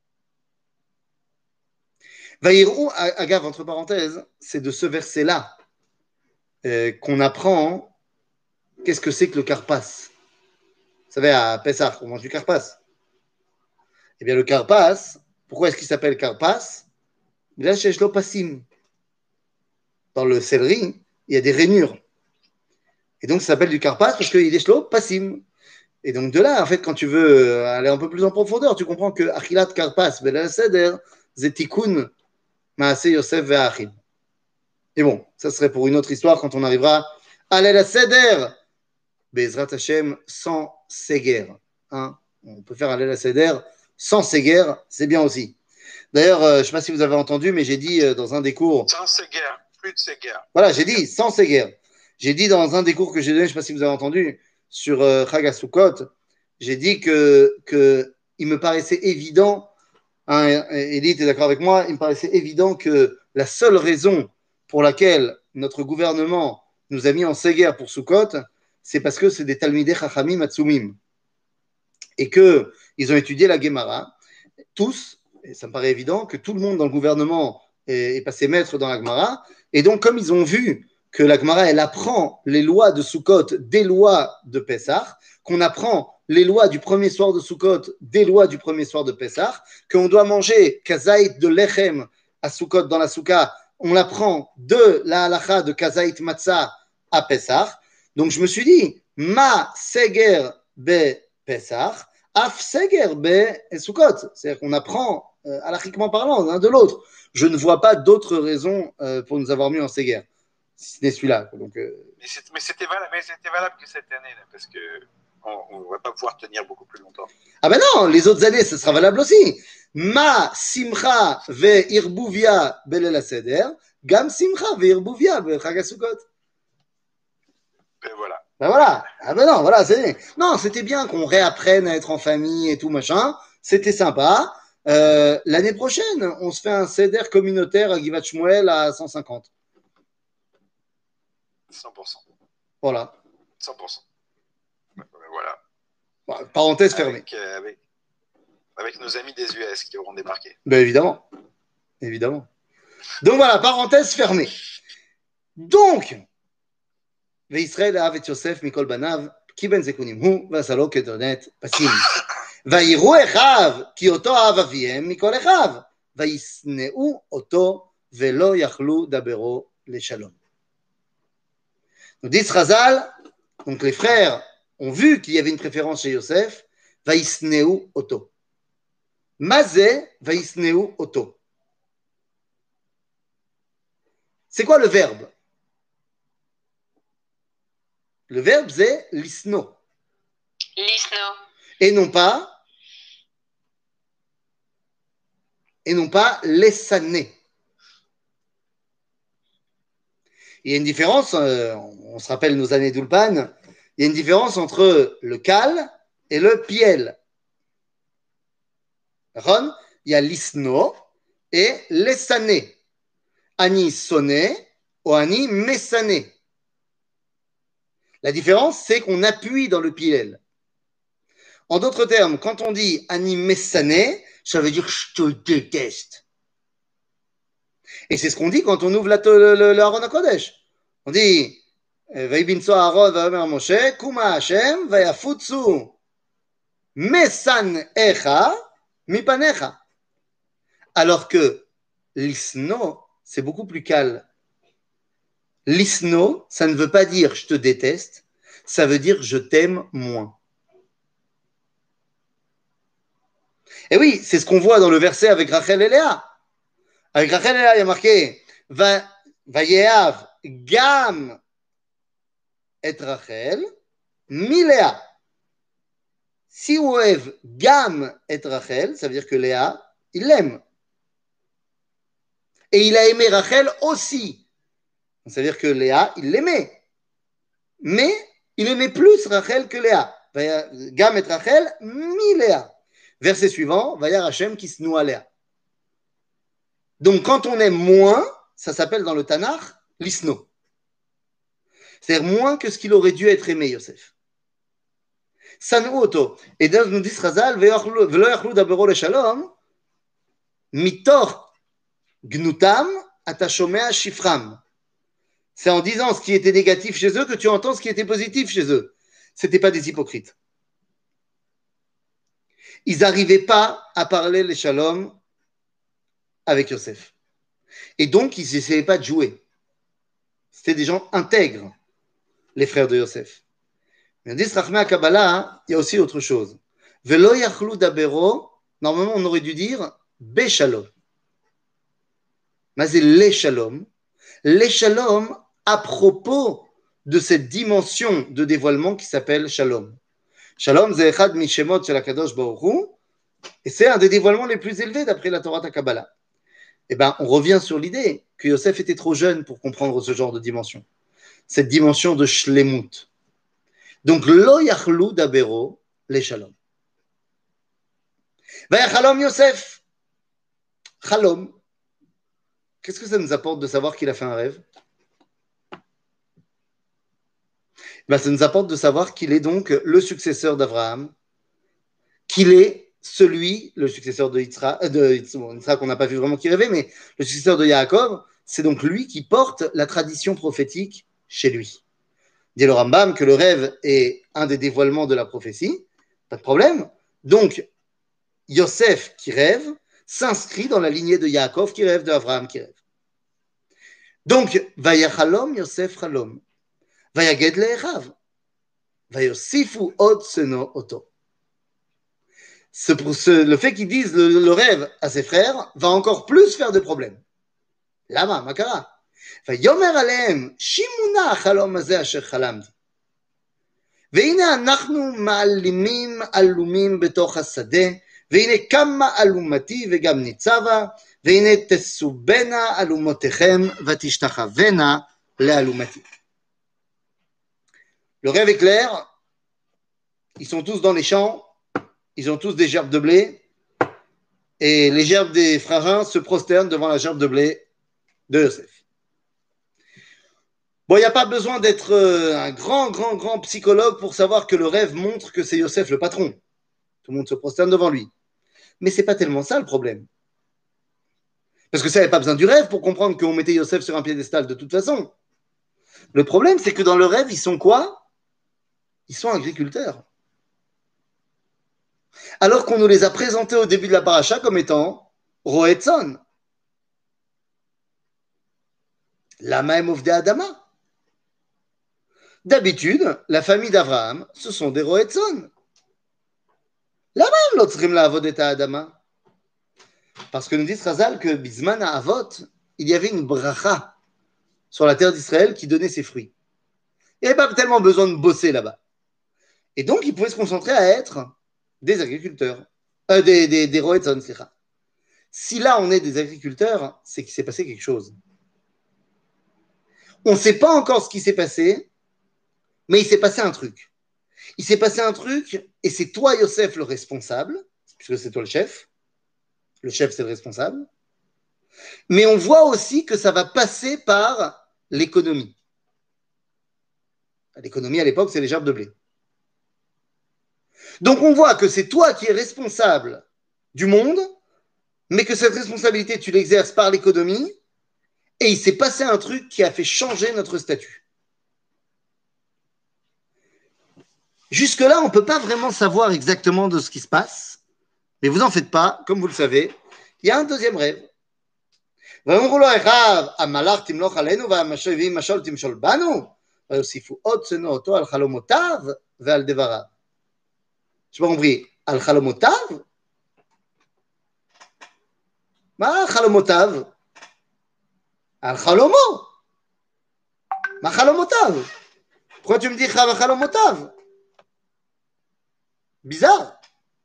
S1: ויראו, אגב, entre parenthèses, c'est de ce verset-là euh, qu'on apprend qu'est-ce que c'est que le karpas. Vous savez, à Pessah, on mange du karpas. Eh bien, le karpas, pourquoi est-ce qu'il s'appelle karpas? Là, chez Shlo Passim. Dans le céleri, il y a des rainures. Et donc, ça s'appelle du karpas parce qu'il est Shlo Passim. Et donc, de là, en fait, quand tu veux aller un peu plus en profondeur, tu comprends que Achilat karpas, Belal Seder, Zetikun, Maaseh Yosef Ve'achim. Et bon, ça serait pour une autre histoire quand on arrivera à l'El Seder, Bezrat Hashem, sans Seger. Hein, on peut faire l'El Seder sans Seger, c'est bien aussi. D'ailleurs, euh, je ne sais pas si vous avez entendu, mais j'ai dit euh, dans un des cours.
S3: Sans Seger, plus de Seger.
S1: Voilà, j'ai dit sans Seger. J'ai dit dans un des cours que j'ai donné, je ne sais pas si vous avez entendu, sur euh, Chag HaSukkot, j'ai dit que, que il me paraissait évident, hein, Edith est d'accord avec moi, il me paraissait évident que la seule raison pour laquelle notre gouvernement nous a mis en Seger pour Sukkot, c'est parce que c'est des Talmidei Chachamim Atzumim. Et qu'ils ont étudié la Gemara, tous, et ça me paraît évident, que tout le monde dans le gouvernement est, est passé maître dans la Gemara. Et donc, comme ils ont vu que la Gemara, elle apprend les lois de Sukkot des lois de Pessah, qu'on apprend les lois du premier soir de Sukkot des lois du premier soir de Pessah, qu'on doit manger kazaït de lechem à Sukkot dans la Souka, on l'apprend de la halacha de kazaït matzah à Pessah. Donc, je me suis dit, ma seger be Pessah, af seger be Sukkot. C'est-à-dire qu'on apprend, euh, halachiquement parlant, l'un de l'autre. Je ne vois pas d'autres raisons euh, pour nous avoir mis en seger, si ce n'est celui-là. Donc, euh...
S3: Mais, c'est, mais, c'était valable, mais c'était valable que cette année, là, parce qu'on ne va pas pouvoir tenir beaucoup plus longtemps.
S1: Ah ben non, les autres années, ce sera valable aussi. Ma simcha ve irbuvia belel seder, gam simcha ve irbuvia be Chag HaSukkot.
S3: Ben voilà.
S1: Ben voilà. Ah ben non, voilà, c'est... Non, c'était bien qu'on réapprenne à être en famille et tout machin. C'était sympa. Euh, l'année prochaine, on se fait un seder communautaire à Givat Shmuel à cent cinquante.
S3: cent pour cent.
S1: Voilà.
S3: cent pour cent. Ben voilà.
S1: Bon, parenthèse fermée.
S3: Avec, euh, avec, avec nos amis des U S qui auront débarqué.
S1: Ben évidemment. Évidemment. Donc voilà, parenthèse fermée. Donc, וישראל אהב את יוסף מכל בניו, כי בן זקונים הוא, ועשה לו כתונת פסים. ויראו אחיו, כי אותו אהב אביהם מכל אחיו, וישנאו אותו, ולא יכלו דברו לשלום. Nous disent Chazal, donc les frères ont vu qu'il y avait une préférence chez Yosef, וישנאו אותו. מה זה וישנאו אותו? C'est quoi le verbe? Le verbe, c'est lisno.
S4: Lisno.
S1: Et non pas, et non pas lessané. Il y a une différence, euh, on se rappelle nos années d'Ulpan, il y a une différence entre le kal et le piel. Ron, il y a lisno et lessané. Ani sonné ou ani messané. La différence, c'est qu'on appuie dans le pilel. En d'autres termes, quand on dit ani messané, ça veut dire je te déteste. Et c'est ce qu'on dit quand on ouvre la, le, le, le Aaron HaKodesh. On dit Vaïbinso Aaron vayomer Moshe, Kuma Hashem, vayafutsu mesan echa mipanecha. Alors que l'isno, c'est beaucoup plus calme. L'isno, ça ne veut pas dire je te déteste, ça veut dire je t'aime moins. Et oui, c'est ce qu'on voit dans le verset avec Rachel et Léa. Avec Rachel et Léa, il y a marqué Vayehav gam et Rachel mi Léa. Si Oev gam et Rachel, ça veut dire que Léa, il l'aime. Et il a aimé Rachel aussi. Ça veut dire que Léa, il l'aimait. Mais il aimait plus Rachel que Léa. Gam et Rachel, mi Léa. Verset suivant, Vayar Hashem qui se noue à Léa. Donc quand on aime moins, ça s'appelle dans le Tanakh l'isno. C'est-à-dire moins que ce qu'il aurait dû être aimé, Yosef. שנאו אותו. Et donc nous dit Chazal, ולא יכלו דברו לשלום, מתוך גנותם, אתה שומע שפחם. C'est en disant ce qui était négatif chez eux que tu entends ce qui était positif chez eux. Ce n'étaient pas des hypocrites. Ils n'arrivaient pas à parler les shalom avec Yosef. Et donc, ils n'essayaient pas de jouer. C'était des gens intègres, les frères de Yosef. Mais on dit, Rachmei Kabbalah, il y a aussi autre chose. Velo yachlu dabero, normalement, on aurait dû dire Beshalom. Mais c'est les shalom. Les shalom à propos de cette dimension de dévoilement qui s'appelle shalom. Shalom, c'est echad mishemot shel HaKadosh Baruch Hu, et c'est un des dévoilements les plus élevés d'après la Torah Kabbalah. Eh bien, on revient sur l'idée que Yosef était trop jeune pour comprendre ce genre de dimension, cette dimension de shlemut. Donc, lo yachlu dabero les shalom. Vayachalom Yosef. Chalom. Qu'est-ce que ça nous apporte de savoir qu'il a fait un rêve? Ben, ça nous apporte de savoir qu'il est donc le successeur d'Abraham, qu'il est celui, le successeur de Yitzhak, de Yitzhak qu'on n'a pas vu vraiment qui rêvait, mais le successeur de Yaakov, c'est donc lui qui porte la tradition prophétique chez lui. Dit le Rambam que le rêve est un des dévoilements de la prophétie, pas de problème. Donc, Yosef qui rêve s'inscrit dans la lignée de Yaakov qui rêve, de Abraham qui rêve. Donc, Vayachalom Yosef Chalom. Vayaged le'echav. Vayosifu od seno oto. Le fait qu'ils disent le, le rêve à ses frères va encore plus faire de problèmes. Lama, makara. Vayomer alehem, shimuna achalom hazeh asher chalamti. והנה אנחנו מעלימים עלומים בתוך השדה, והנה קמה אלומתי וגם ניצבה, והנה תסובנה אלומותיכם ותשתחוונה לאלומתי. Le rêve est clair, ils sont tous dans les champs, ils ont tous des gerbes de blé, et les gerbes des frangins se prosternent devant la gerbe de blé de Yosef. Bon, il n'y a pas besoin d'être un grand, grand, grand psychologue pour savoir que le rêve montre que c'est Yosef le patron. Tout le monde se prosterne devant lui. Mais ce n'est pas tellement ça le problème. Parce que ça n'avait pas besoin du rêve pour comprendre qu'on mettait Yosef sur un piédestal de toute façon. Le problème, c'est que dans le rêve, ils sont quoi? Ils sont agriculteurs. Alors qu'on nous les a présentés au début de la paracha comme étant Roetzon. Lama em Ovdei Adama. D'habitude, la famille d'Abraham, ce sont des Roetzon. Lama em lo tzrichim la'avod et ha'adama. Parce que nous dit Chazal que Bizman ha'avot, il y avait une bracha sur la terre d'Israël qui donnait ses fruits. Il n'y avait pas tellement besoin de bosser là-bas. Et donc, ils pouvaient se concentrer à être des agriculteurs, euh, des, des, des Roetzon, c'est ça. Si là, on est des agriculteurs, c'est qu'il s'est passé quelque chose. On ne sait pas encore ce qui s'est passé, mais il s'est passé un truc. Il s'est passé un truc, et c'est toi, Yosef, le responsable, puisque c'est toi le chef. Le chef, c'est le responsable. Mais on voit aussi que ça va passer par l'économie. L'économie, à l'époque, c'est les gerbes de blé. Donc, on voit que c'est toi qui es responsable du monde, mais que cette responsabilité, tu l'exerces par l'économie, et il s'est passé un truc qui a fait changer notre statut. Jusque-là, on ne peut pas vraiment savoir exactement de ce qui se passe, mais vous n'en faites pas, comme vous le savez, il y a un deuxième rêve. ואמרו לו אחיו, המלאך תמלוך עלינו והמשאבים משול תמשול בנו, ויוסיפו עוד שנוא אותו על חלומותיו ועל דבריו. Je n'ai pas compris, על חלומותיו? מה חלומותיו? על חלומו. מה חלומותיו? Pourquoi tu me dis חלומותיו? Bizarre.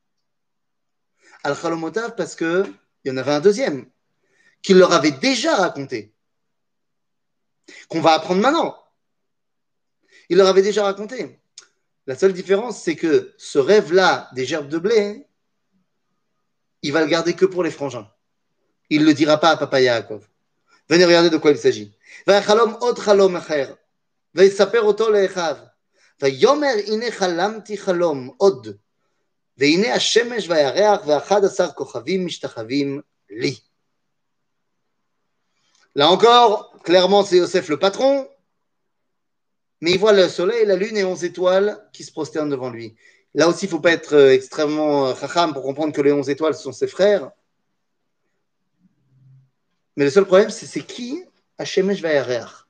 S1: Al Khalomotav parce que il y en avait un deuxième qu'il leur avait déjà raconté, qu'on va apprendre maintenant. Il leur avait déjà raconté. La seule différence, c'est que ce rêve-là des gerbes de blé, il va le garder que pour les frangins. Il ne le dira pas à Papa Yaakov. Venez regarder de quoi il s'agit. Va chalom ot chalom acher. Va yisaper oto le'echav. ויאמר הנה חלמתי חלום עוד, והנה השמש והירח ואחד עשר כוכבים משתחווים לי. Là encore, clairement, c'est Yosef le patron, mais il voit le soleil, la lune et onze étoiles qui se prosternent devant lui. Là aussi, il ne faut pas être extrêmement chacham pour comprendre que les onze étoiles sont ses frères. Mais le seul problème, c'est, c'est qui Hashemesh Vayareach.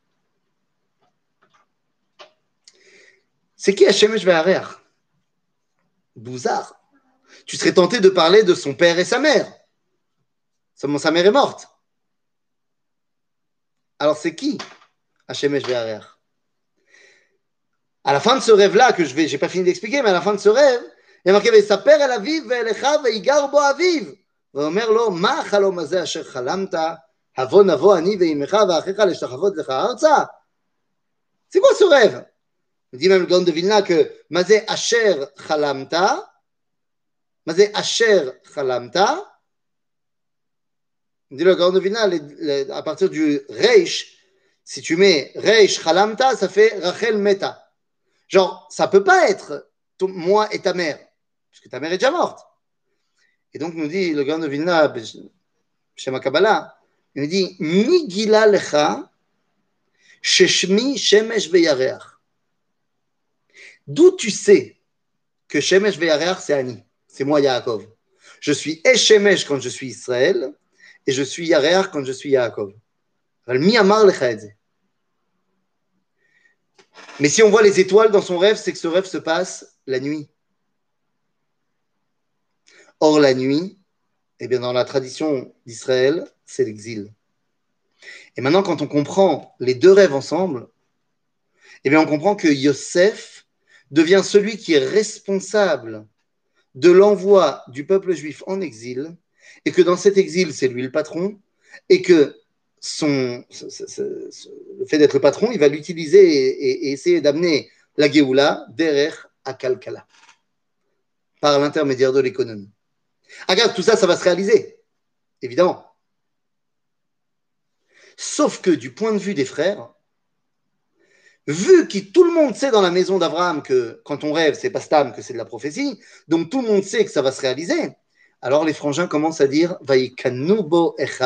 S1: C'est qui Hashemesh Vayareach? Bouzard. Tu serais tenté de parler de son père et sa mère. Seulement, sa mère est morte. Alors, c'est qui Hashemesh Vayareach? À la fin de ce rêve-là, que je n'ai pas fini d'expliquer, mais à la fin de ce rêve, il y a marqué ויספר אל אביו ואליך ויגר בו אביו. ואומר לו, מה החלום הזה אשר חלמת? הבוא נבוא אני ואימך ואחיך להשתחוות לך ארצה. C'est quoi ce rêve? Il dit même le Gaon de Vilna que מה זה אשר חלמת? מה זה אשר חלמת? Il dit le Gaon de Vilna, à partir du Reish, si tu mets Reish Chalamta, ça fait Rachel Meta. Genre, ça ne peut pas être ton, moi et ta mère, puisque ta mère est déjà morte. Et donc, nous dit le Gaon de Vilna, chez ma Kabbalah, il nous dit Mi gila lecha sheshmi shemesh veyareach. D'où tu sais que shemesh veyareach, c'est Ani, c'est moi Yaakov. Je suis Eshemesh quand je suis Israël, et je suis Yareach quand je suis Yaakov. Mi amar lecha et ze. Mais si on voit les étoiles dans son rêve, c'est que ce rêve se passe la nuit. Or, la nuit, eh bien, dans la tradition d'Israël, c'est l'exil. Et maintenant, quand on comprend les deux rêves ensemble, eh bien, on comprend que Yosef devient celui qui est responsable de l'envoi du peuple juif en exil, et que dans cet exil, c'est lui le patron, et que Son, ce, ce, ce, le fait d'être le patron, il va l'utiliser et, et, et essayer d'amener la Géoula derrière à Kalkala, par l'intermédiaire de l'économie. Regarde, tout ça, ça va se réaliser, évidemment. Sauf que du point de vue des frères, vu que tout le monde sait dans la maison d'Abraham que quand on rêve, c'est pas Stam, que c'est de la prophétie, donc tout le monde sait que ça va se réaliser, alors les frangins commencent à dire « Vaikanu bo echav »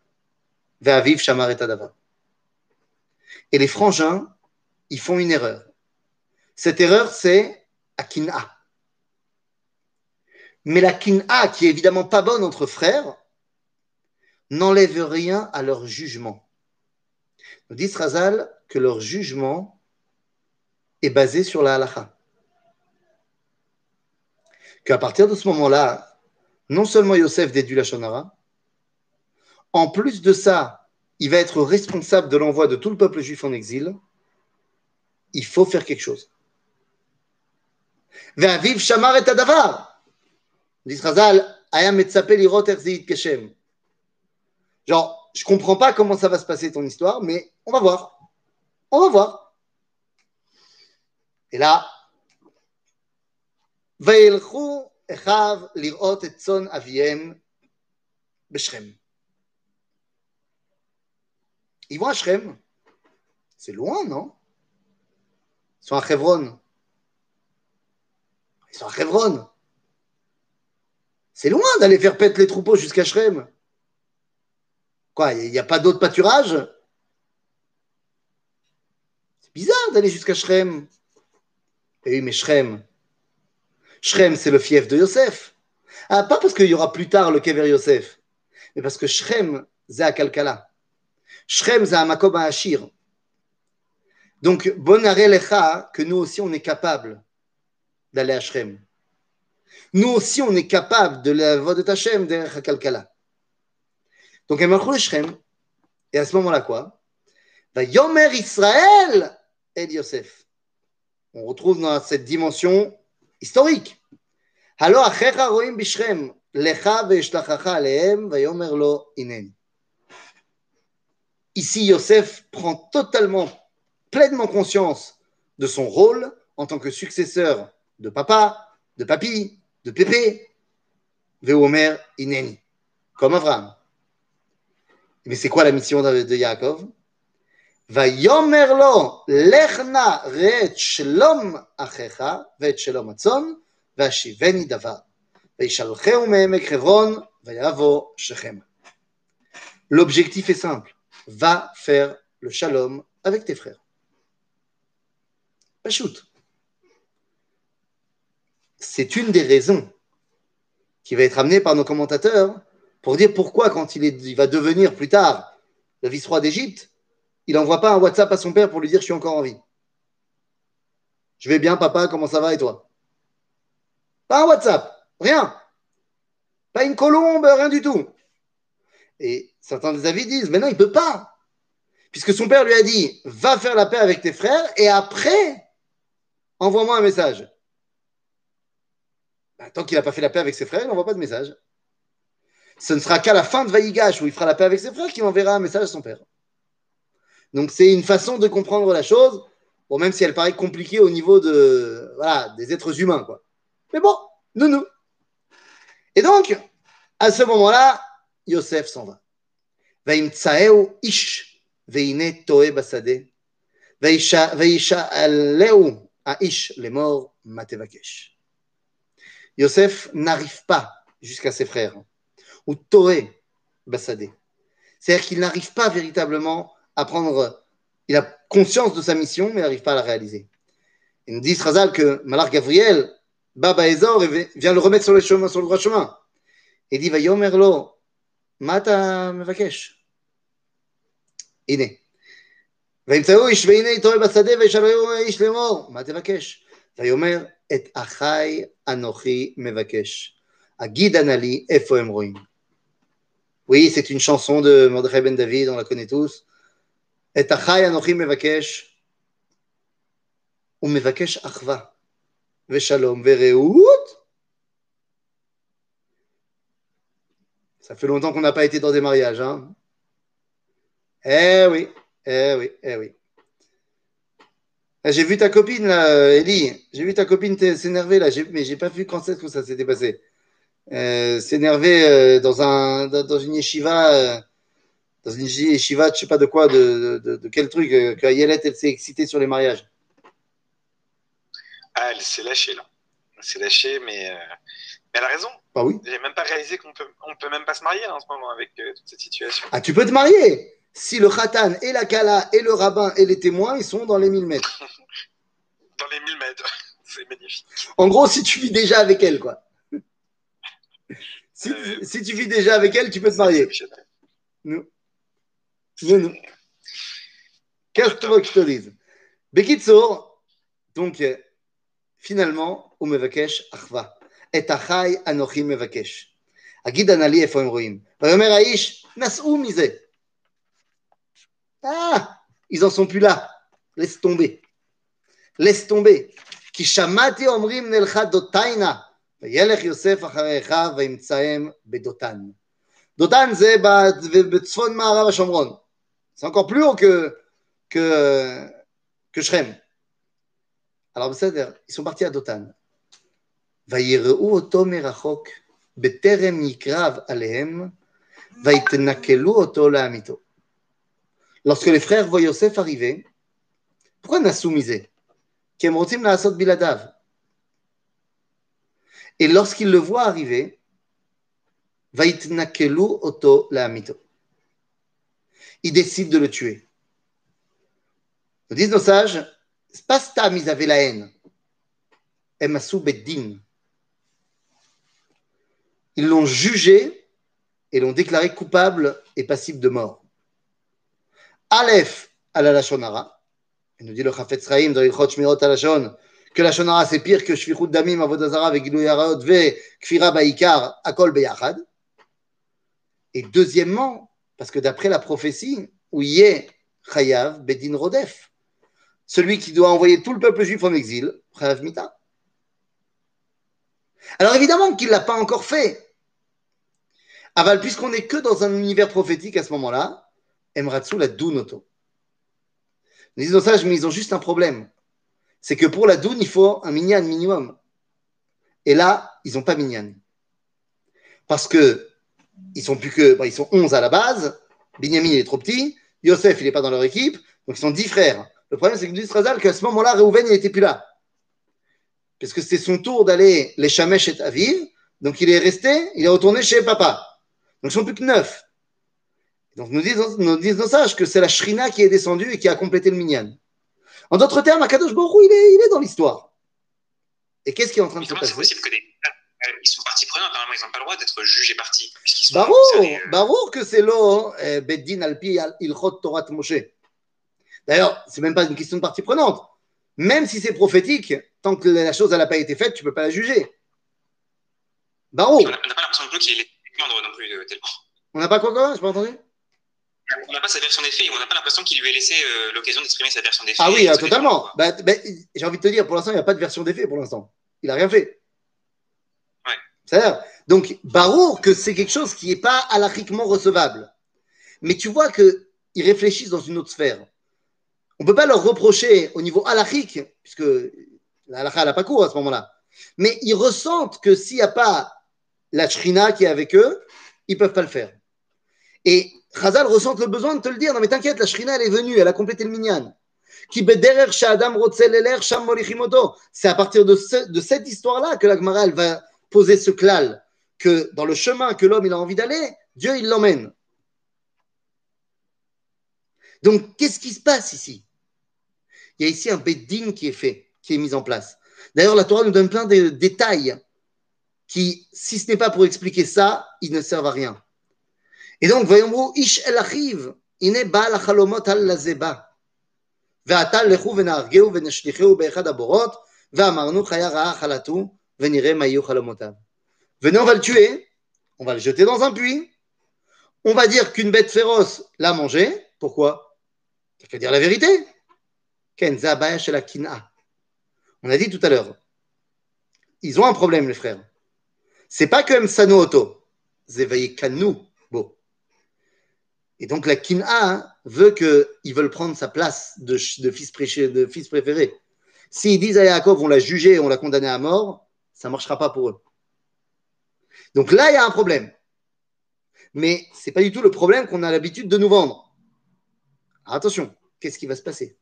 S1: Et les frangins, ils font une erreur. Cette erreur, c'est la kin'a. Mais la kin'a, qui est évidemment pas bonne entre frères, n'enlève rien à leur jugement. Nous dit Razal que leur jugement est basé sur la halakha. Qu'à partir de ce moment-là, non seulement Yosef déduit la shonara, en plus de ça, il va être responsable de l'envoi de tout le peuple juif en exil. Il faut faire quelque chose. Ve'aviv shamar et hadavar. Dit Razal, aya metzape lirot er ze yitkashem. Genre, je comprends pas comment ça va se passer ton histoire, mais on va voir. On va voir. Et là, ve'elchu echav lirot et tzon aviem b'Shem. Ils vont à Shrem. C'est loin, non? Ils sont à Hebron. Ils sont à Hebron. C'est loin d'aller faire pète les troupeaux jusqu'à Shrem. Quoi, il n'y a, a pas d'autre pâturage? C'est bizarre d'aller jusqu'à Shrem. Et oui, mais Shrem. Shrem, c'est le fief de Yosef. Ah, pas parce qu'il y aura plus tard le Kever Yosef, mais parce que Shrem, c'est à Kalkala. Shrem, c'est un makom à Hachir. Donc, bon arrêt lecha, que nous aussi, on est capable d'aller à Shrem. Nous aussi, on est capable de la voix de Tachem derrière Kalkala. Donc, elle m'a trouvé Shrem. Et à ce moment-là, quoi? Va Yomer Israël et Yosef. On retrouve dans cette dimension historique. Alors, achecha roim bishrem, lecha ve'eshlachacha alehem, va Yomer lo ineni. Ici, Yosef prend totalement, pleinement conscience de son rôle en tant que successeur de papa, de papi, de pépé, Veomer Ineni, comme Abraham. Mais c'est quoi la mission de, de Yaakov? ויאמר לו, לך נא ראה את שלום אחיך ואת שלום הצאן, והשיבני דבר. וישלחהו מעמק חברון, ויבוא שכם. L'objectif est simple. Va faire le shalom avec tes frères. Pachout. C'est une des raisons qui va être amenée par nos commentateurs pour dire pourquoi, quand il, est, il va devenir plus tard le vice-roi d'Égypte, il n'envoie pas un WhatsApp à son père pour lui dire « Je suis encore en vie. Je vais bien, papa, comment ça va et toi ?» Pas un WhatsApp, rien. Pas une colombe, rien du tout. Et certains des avis disent « Mais non, il ne peut pas. » Puisque son père lui a dit « Va faire la paix avec tes frères et après, envoie-moi un message. » Ben, tant qu'il n'a pas fait la paix avec ses frères, il n'envoie pas de message. Ce ne sera qu'à la fin de Vaïgash, où il fera la paix avec ses frères, qu'il enverra un message à son père. Donc c'est une façon de comprendre la chose, bon, même si elle paraît compliquée au niveau de, voilà, des êtres humains, quoi. Mais bon, nous, nous. Et donc, à ce moment-là, Yosef s'en va. וימצאהו איש והנה טועה בשדה וישאלהו האיש לאמור מה תבקש. Yosef n'arrive pas jusqu'à ses frères, ou toé bassadé. C'est-à-dire qu'il n'arrive pas véritablement à prendre, il a conscience de sa mission, mais il n'arrive pas à la réaliser. Il nous dit Razal que Malach Gabriel, Baba Ezor, vient le remettre sur le, chemin, sur le droit chemin. Il dit Vayomer lo, mata mevakesh. Ine. וימצאו איש והנה טועה בשדה וישאלהו האיש לאמור מה תבקש? ויאמר את אחי אנוכי מבקש. הגידה נא לי איפה הם רואים. Oui, c'est une chanson de Mordechai Ben David, on la connaît tous. Et achai anochi mevakesh, ou mevakesh achva, veshalom vereut. Ça fait longtemps qu'on n'a pas été dans des mariages, hein. Eh oui, eh oui, eh oui. J'ai vu ta copine là, Ellie. J'ai vu ta copine s'énerver là, mais j'ai pas vu quand c'est que ça s'était passé. Euh, s'énerver euh, dans, un, dans, dans une yeshiva, euh, dans une yeshiva, je sais pas de quoi, de, de, de quel truc, euh, que Ayelet, elle s'est excitée sur les mariages.
S2: Ah, elle s'est lâchée là. Elle s'est lâchée, mais, euh, mais elle a raison.
S1: Bah oui.
S2: J'ai même pas réalisé qu'on peut, on peut même pas se marier là, en ce moment avec euh, toute cette situation.
S1: Ah, tu peux te marier si le khatan et la kala et le rabbin et les témoins, ils sont dans les mille mètres.
S2: Dans les mille mètres. C'est magnifique.
S1: En gros, si tu vis déjà avec elle, quoi. Si, euh, si tu vis déjà avec elle, tu peux te marier. Nous. Nous, nous. Qu'est-ce que tu veux que je te dise? Bekitsour, donc, finalement, ou mevakesh achva. Et achai anochi mevakesh. Agid anali efo em roim. Vayomer ha'ish, nas'u mize. Ah, ils en sont plus là. Laisse tomber. Laisse tomber. Ki shamati omrim nelcha dotaina. וילך יוסף אחרי אחיו וימצאם בדותן. דותן זה בצפון מערב השומרון. C'est encore plus haut que, que, que Shrem. Alors בסדר, ils sont partis à דותן. ויראו אותו מרחוק בטרם יקרב עליהם ויתנכלו אותו לעמיתו. Lorsque les frères voient Yosef arriver, pourquoi נסו מזה? כי הם רוצים לעשות בלעדיו. Et lorsqu'il le voit arriver, Vaitnakelu oto la'amito. Il décide de le tuer. Nous disent nos sages, c'est pas Stam, ils avaient la haine. Emasu beddin. Ils l'ont jugé et l'ont déclaré coupable et passible de mort. Aleph à la Lachonara. Il nous dit le Chafetz Chaim dans Ilchot Shmirot Halashon que la Shonara c'est pire que Shvichut Damim, Avodah Zara, avec Gilui Haraot, ve Kfira Baikar, Akol Beyachad. Et deuxièmement, parce que d'après la prophétie, où y est Chayav Bedin Rodef, celui qui doit envoyer tout le peuple juif en exil, Chayav Mita. Alors évidemment qu'il ne l'a pas encore fait. Aval, puisqu'on n'est que dans un univers prophétique à ce moment-là, Emratsu la Dunoto. Nous disons ça, mais ils ont juste un problème. C'est que pour la Doune, il faut un minyan minimum. Et là, ils n'ont pas minyan. Parce que ils sont plus que, bah, ils sont onze à la base. Binyamin est trop petit. Yosef, il n'est pas dans leur équipe, donc ils sont dix frères. Le problème, c'est que nous dit Razal qu'à ce moment-là, Reuven, il n'était plus là. Parce que c'était son tour d'aller les Shamesh chez Aviv, donc il est resté, il est retourné chez papa. Donc ils sont plus que neuf. Donc nous disent, nous disent nos sages que c'est la Shrina qui est descendue et qui a complété le minyan. En d'autres termes, Akadosh Baruch Hu, il est, il est dans l'histoire. Et qu'est-ce qui est en train de se passer?
S2: C'est possible que des... Ils sont partie prenante, normalement ils n'ont pas le droit d'être jugés partis.
S1: Barour, Barour que c'est l'eau, Beddin Alpi Ilchot Torat Moshe. D'ailleurs, c'est même pas une question de partie prenante. Même si c'est prophétique, tant que la chose n'a pas été faite, tu ne peux pas la juger. Barour.
S2: On n'a pas l'impression de qu'il est défendre non plus tellement.
S1: On n'a pas quoi quoi? Je n'ai pas entendu.
S2: On n'a pas sa version des faits, on n'a pas l'impression qu'il lui ait laissé euh, l'occasion d'exprimer sa version des faits.
S1: Ah oui, totalement. Bah, bah, j'ai envie de te dire, pour l'instant, il n'y a pas de version des faits pour l'instant. Il n'a rien fait.
S2: Ouais.
S1: C'est-à-dire, donc, Barour, que c'est quelque chose qui n'est pas halachiquement recevable. Mais tu vois qu'ils réfléchissent dans une autre sphère. On ne peut pas leur reprocher au niveau halachique, puisque la halakha n'a pas cours à ce moment-là. Mais ils ressentent que s'il n'y a pas la shrina qui est avec eux, ils ne peuvent pas le faire. Et Chazal ressent le besoin de te le dire. Non mais t'inquiète, la shrina elle est venue, elle a complété le minyan. C'est à partir de, ce, de cette histoire-là que la Gemara elle va poser ce klal, que dans le chemin que l'homme il a envie d'aller, Dieu il l'emmène. Donc qu'est-ce qui se passe ici? Il y a ici un beddin qui est fait, qui est mis en place. D'ailleurs la Torah nous donne plein de détails qui, si ce n'est pas pour expliquer ça, ils ne servent à rien. Et donc, voyons-vous, Ish el Achiv, ine baal achalomot al lazeba. Ve'atal lechu ve'nargeu ve'neshlicheu be'echad aborot, ve'amarnu chaya ra'a chalatu, ve'nire mayu chalomotav. Venez, on va le tuer, on va le jeter dans un puits, on va dire qu'une bête féroce l'a mangé. Pourquoi? Ça fait dire la vérité. Ken zabaya shel hakina. On a dit tout à l'heure, ils ont un problème, les frères. C'est pas que Msano Oto, Zevaye Kanu, bon. Et donc la Kina veut qu'ils veulent prendre sa place de, de, fils prêché, de fils préféré. S'ils disent à Yaakov, on l'a jugé, on l'a condamné à mort, ça ne marchera pas pour eux. Donc là, il y a un problème. Mais ce n'est pas du tout le problème qu'on a l'habitude de nous vendre. Alors attention, qu'est-ce qui va se passer?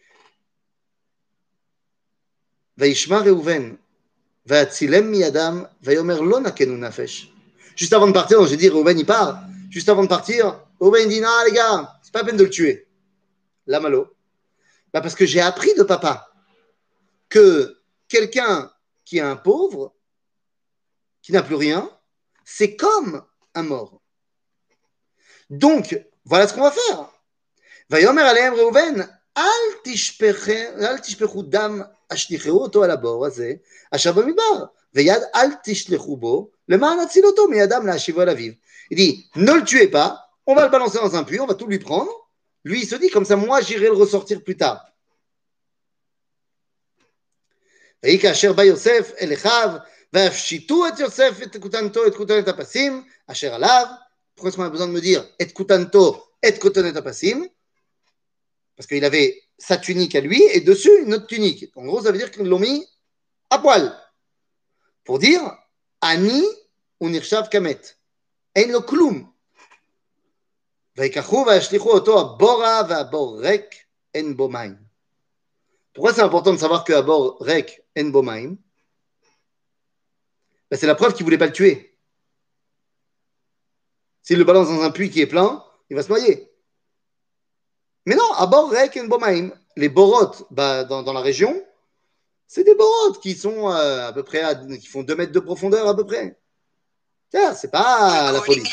S1: Vaishma Reuven, Va'atzilem miyadam, Vayomer lo nakenu nafesh. Juste avant de partir, j'ai dit, Reuven, il part. Juste avant de partir, Reuven dit, non, les gars, c'est pas la peine de le tuer. La malo. Bah parce que j'ai appris de papa que quelqu'un qui est un pauvre, qui n'a plus rien, c'est comme un mort. Donc, voilà ce qu'on va faire. Vayomer alehem Reuven, al tishpechu dam ashlicheu oto al abor הזה, asher במדבר, ויד אל תשלחו בו, למען להציל אותו מידם להשיבו אל אביו. Il dit, ne le tuez pas, on va le balancer dans un puits, on va tout lui prendre. Lui, il se dit, comme ça, moi, j'irai le ressortir plus tard. ויהי כאשר בא יוסף אל אחיו, והפשיטו את יוסף את כותנתו, את כותנת הפסים, אשר עליו. Pourquoi est-ce qu'on a besoin de me dire, et כותנתו, et כותנת הפסים? Parce qu'il avait sa tunique à lui et dessus une autre tunique. En gros, ça veut dire qu'ils l'ont mis à poil. Pour dire, Ani ou Nirshav Kamet. Ein lo klum. Vaikachu vashlichu oto abora va'abor rek en bo maim. Pourquoi c'est important de savoir que abor rek en bo maim? Ben, c'est la preuve qu'il ne voulait pas le tuer. S'il le balance dans un puits qui est plein, il va se noyer. Mais non, abor rek en bo maim. Les borotes bah, dans, dans la région, c'est des borotes qui sont euh, à peu près, à, qui font deux mètres de profondeur à peu près. C'est pas la folie.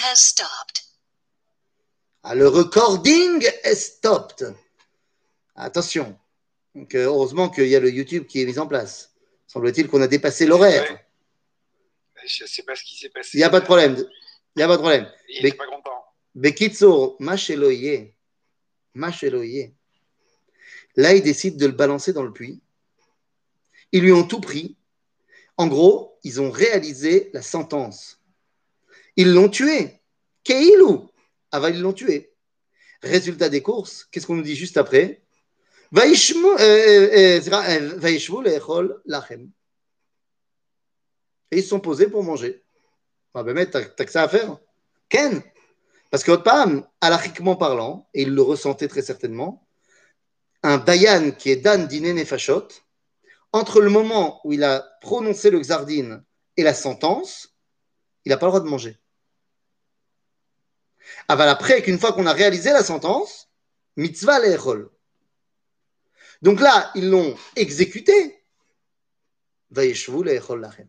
S1: Ah, le recording est stopped. Attention. Donc, euh, heureusement qu'il y a le YouTube qui est mis en place. Semble-t-il qu'on a dépassé l'horaire.
S2: Ouais. Je ne sais pas ce qui s'est passé.
S1: Il n'y a pas de problème. Il n'y a pas de problème.
S2: Il n'est pas content.
S1: Bekitsour, macheloye. Macheloye. Là, ils décident de le balancer dans le puits. Ils lui ont tout pris. En gros, ils ont réalisé la sentence. Ils l'ont tué. Keilou. Ah, bah, ils l'ont tué. Résultat des courses, qu'est-ce qu'on nous dit juste après? Vaishvu le'echol lachem. Et ils se sont posés pour manger. Ah ben, mais t'as, t'as que ça à faire. Ken. Parce que votre Pam, halachiquement parlant, et il le ressentait très certainement, un Dayan qui est Dan Dine Nefashot, entre le moment où il a prononcé le Xardin et la sentence, il n'a pas le droit de manger. Aval après, qu'une fois qu'on a réalisé la sentence, mitzvah le'echol. Donc là, ils l'ont exécuté. Vayeshvu le'echol lachem.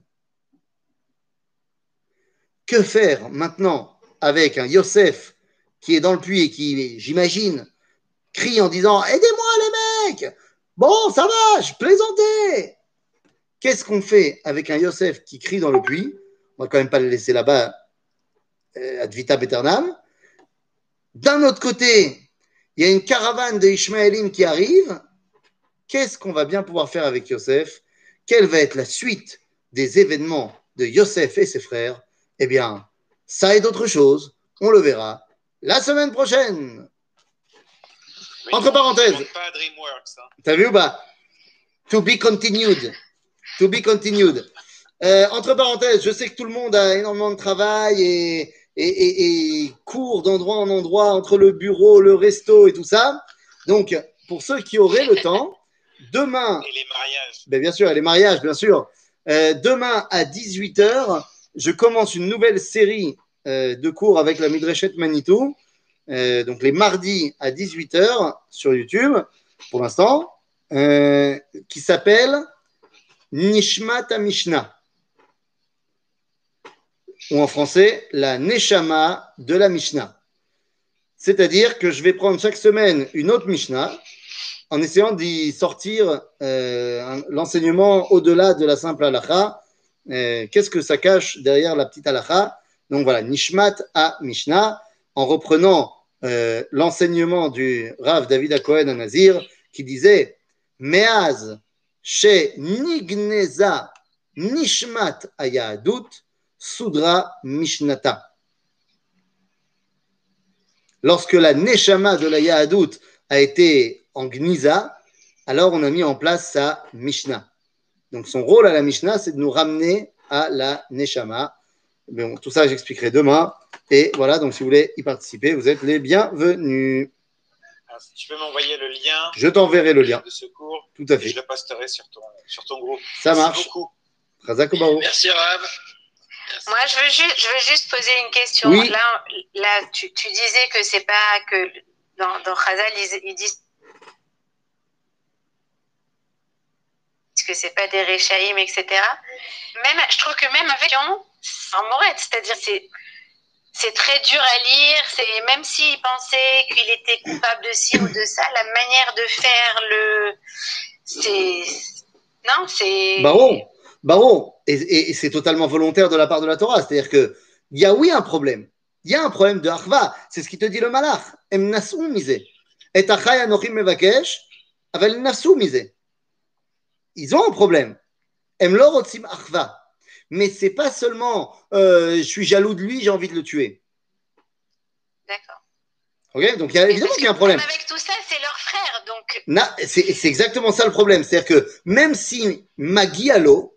S1: Que faire maintenant avec un Yosef qui est dans le puits et qui, j'imagine, crie en disant « Aidez-moi les mecs! Bon, ça va, je plaisantais !» Qu'est-ce qu'on fait avec un Yosef qui crie dans le puits? On va quand même pas le laisser là-bas euh, ad vitam aeternam. D'un autre côté, il y a une caravane de Ishmaélim qui arrive. Qu'est-ce qu'on va bien pouvoir faire avec Yosef? Quelle va être la suite des événements de Yosef et ses frères? Eh bien, ça et d'autres choses, on le verra la semaine prochaine.
S2: Oui,
S1: Entre parenthèses,
S2: pas à DreamWorks. Hein.
S1: T'as vu ou pas? To be continued. To be continued. Euh, entre parenthèses, je sais que tout le monde a énormément de travail et, et, et, et court d'endroit en endroit entre le bureau, le resto et tout ça. Donc, pour ceux qui auraient le temps, demain.
S2: Et les mariages.
S1: Ben bien sûr, et les mariages, bien sûr. Euh, demain à dix-huit heures, je commence une nouvelle série euh, de cours avec la Midreshet Manitou. Euh, donc les mardis à dix-huit heures sur YouTube, pour l'instant, euh, qui s'appelle Nishmat Mishnah, ou en français, la Neshama de la Mishnah. C'est-à-dire que je vais prendre chaque semaine une autre Mishnah en essayant d'y sortir euh, l'enseignement au-delà de la simple halakha. Euh, qu'est-ce que ça cache derrière la petite halakha? Donc voilà, Nishmat à Mishnah, en reprenant euh, l'enseignement du Rav David HaKohen HaNazir, qui disait Meaz she nigneza nishmat hayahadut sudra mishnata. Lorsque la neshama de la Yahadut a été en gniza, alors on a mis en place sa Mishnah. Donc son rôle à la Mishnah, c'est de nous ramener à la neshama. Mais bon, tout ça, j'expliquerai demain. Et voilà, donc si vous voulez y participer, vous êtes les bienvenus.
S2: Alors, si tu peux m'envoyer le lien.
S1: Je t'enverrai le lien.
S2: De secours.
S1: Tout à fait.
S2: Et je le posterai sur ton, sur ton groupe.
S1: Ça
S2: Merci
S1: marche.
S2: beaucoup.
S3: Merci, Rav.
S4: Moi, je veux, juste, je veux juste poser une question.
S1: Oui.
S4: Là, là tu, tu disais que c'est pas que dans, dans Chazal, ils, ils disent que c'est pas des Réchaïm, et cetera. Même, je trouve que même avec c'est en morette, c'est-à-dire c'est c'est très dur à lire. C'est même s'il pensait qu'il était coupable de ci ou de ça, la manière de faire le, c'est non, c'est.
S1: Baron, Baron, et, et, et c'est totalement volontaire de la part de la Torah. C'est-à-dire que il y a oui un problème. Il y a un problème de Achva. C'est ce qui te dit le Malach. Em nasu misé. Et achai anochim mevakesh, aval nasu misé. Ils ont un problème. Em lo rotzim achva. Mais c'est pas seulement euh, je suis jaloux de lui, j'ai envie de le tuer.
S4: D'accord.
S1: Ok, donc il y a évidemment qu'il y a un problème.
S4: Même avec tout ça, c'est leur frère, donc.
S1: Na, c'est, c'est exactement ça le problème. C'est-à-dire que même si Magi a l'eau,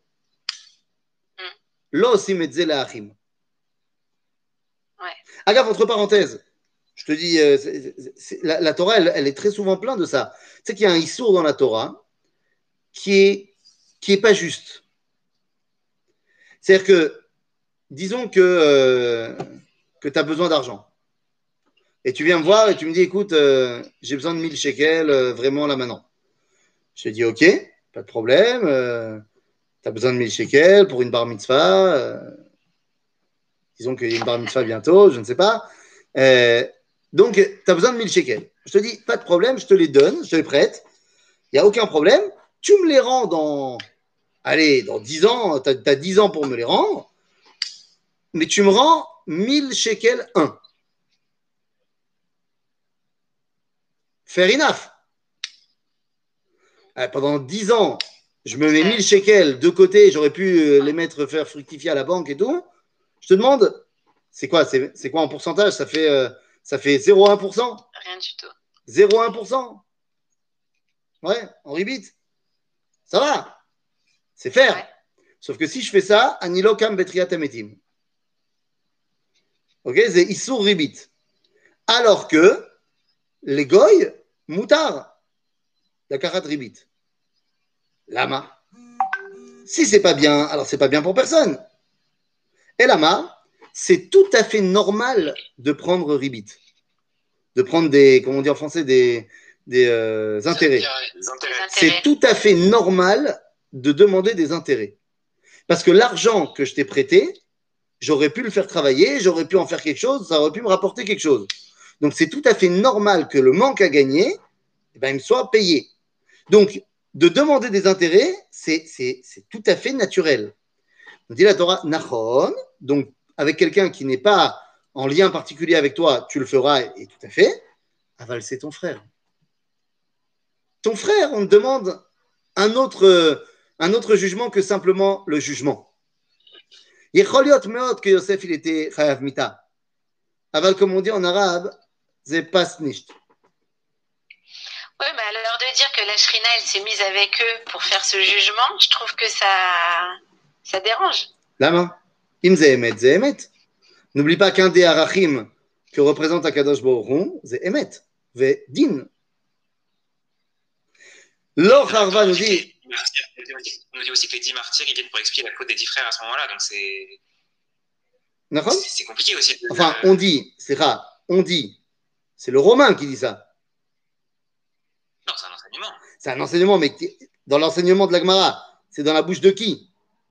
S1: l'eau aussi met la achim.
S4: Ouais.
S1: Agave, entre parenthèses, je te dis, euh, c'est, c'est, la, la Torah, elle, elle est très souvent pleine de ça. Tu sais qu'il y a un issour dans la Torah qui est, qui est pas juste. C'est-à-dire que, disons que, euh, que tu as besoin d'argent. Et tu viens me voir et tu me dis, écoute, euh, j'ai besoin de mille shekels, euh, vraiment là maintenant. Je te dis, ok, pas de problème. Euh, tu as besoin de mille shekels pour une bar mitzvah. Euh, disons qu'il y a une bar mitzvah bientôt, je ne sais pas. Euh, donc, tu as besoin de mille shekels. Je te dis, pas de problème, je te les donne, je te les prête. Il n'y a aucun problème. Tu me les rends dans, allez, dans dix ans, tu as dix ans pour me les rendre. Mais tu me rends mille shekels un. Fair enough. Euh, pendant dix ans, je me mets mille shekels de côté, j'aurais pu les mettre faire fructifier à la banque et tout. Je te demande, c'est quoi, c'est, c'est quoi en pourcentage? Ça fait, euh, ça fait zéro virgule un pour cent?
S4: Rien du tout.
S1: zéro virgule un pour cent? Ouais, en rebit. Ça va. C'est fair. Ouais. Sauf que si je fais ça, anilo kam betriat ametim. Ok, c'est issur ribit. Alors que les goy, moutar, la karat ribit. Lama. Si c'est pas bien, alors c'est pas bien pour personne. Et lama, c'est tout à fait normal de prendre ribit. De prendre des, comment on dit en français, des, des euh, intérêts.
S3: Les intérêts.
S1: C'est tout à fait normal de demander des intérêts. Parce que l'argent que je t'ai prêté, j'aurais pu le faire travailler, j'aurais pu en faire quelque chose, ça aurait pu me rapporter quelque chose. Donc, c'est tout à fait normal que le manque à gagner, eh ben, il me soit payé. Donc, de demander des intérêts, c'est, c'est, c'est tout à fait naturel. On dit la Torah, Nachon, donc avec quelqu'un qui n'est pas en lien particulier avec toi, tu le feras, et tout à fait. Aval, c'est ton frère. Ton frère, on te demande un autre, un autre jugement que simplement le jugement. Yecholiot meot que Yosef, il était chayav mita. Aval, comme on dit en arabe, c'est pas nicht.
S4: Oui, mais alors de dire que la Shrina, elle s'est mise avec eux pour faire ce jugement, je trouve que ça, ça dérange.
S1: Lama, im ze emet, ze emet. N'oublie pas qu'un des arachim que représente Akadosh Baruch Hu, c'est emet, ve din. L'or Harva nous dit.
S5: On nous dit aussi que les dix martyrs, ils viennent pour expier la faute des dix frères à ce moment-là, donc c'est.
S1: D'accord ?
S5: C'est c'est compliqué aussi. De...
S1: Enfin, on dit, c'est rare, on dit, c'est le Romain qui dit ça.
S5: Non, c'est un enseignement.
S1: C'est un enseignement, mais dans l'enseignement de la Gemara, c'est dans la bouche de qui ?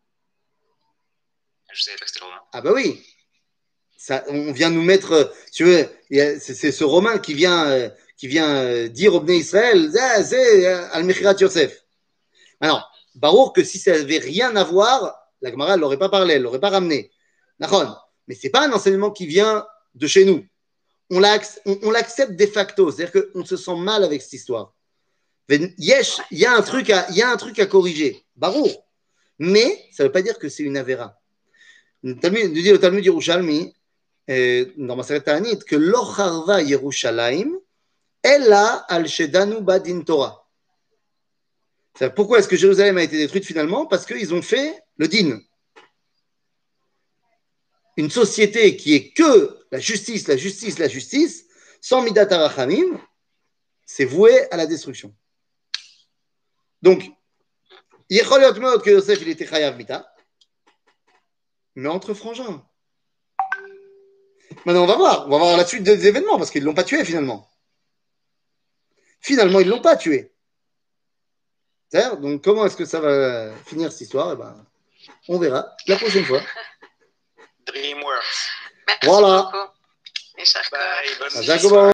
S5: Je savais pas que c'était le Romain.
S1: Ah bah oui. Ça, on vient nous mettre, tu veux, c'est, c'est ce Romain qui vient, euh, qui vient euh, dire au Bnei Israël, ah, c'est euh, Al-Mechirat Yosef. Alors, Baruch, que si ça n'avait rien à voir, la Gemara ne l'aurait pas parlé, elle ne l'aurait pas ramené. D'accord. Mais ce n'est pas un enseignement qui vient de chez nous. On, on, on l'accepte de facto, c'est-à-dire qu'on se sent mal avec cette histoire. Yesh, il y a un truc à, il y a un truc à corriger. Baruch. Mais ça ne veut pas dire que c'est une avéra. Nous dit le Talmud Yerushalmi, euh, dans Maseret Ta'anit, que lo charva Yerushalayim, ella al shedanu badin Torah. C'est-à-dire, pourquoi est-ce que Jérusalem a été détruite finalement ? Parce qu'ils ont fait le din. Une société qui est que la justice, la justice, la justice, sans midat harachamim, c'est voué à la destruction. Donc, Yecholiot meot que Yosef il était chayav mita, mais entre frangins. Maintenant, on va voir, on va voir la suite des événements parce qu'ils ne l'ont pas tué finalement. Finalement, ils ne l'ont pas tué. C'est-à-dire, donc comment est-ce que ça va finir cette histoire ? Eh ben, on verra la prochaine fois.
S3: DreamWorks.
S4: Merci
S1: Voilà.
S4: beaucoup. Et Sharkov.
S3: Bye, bonne
S1: À Jacob.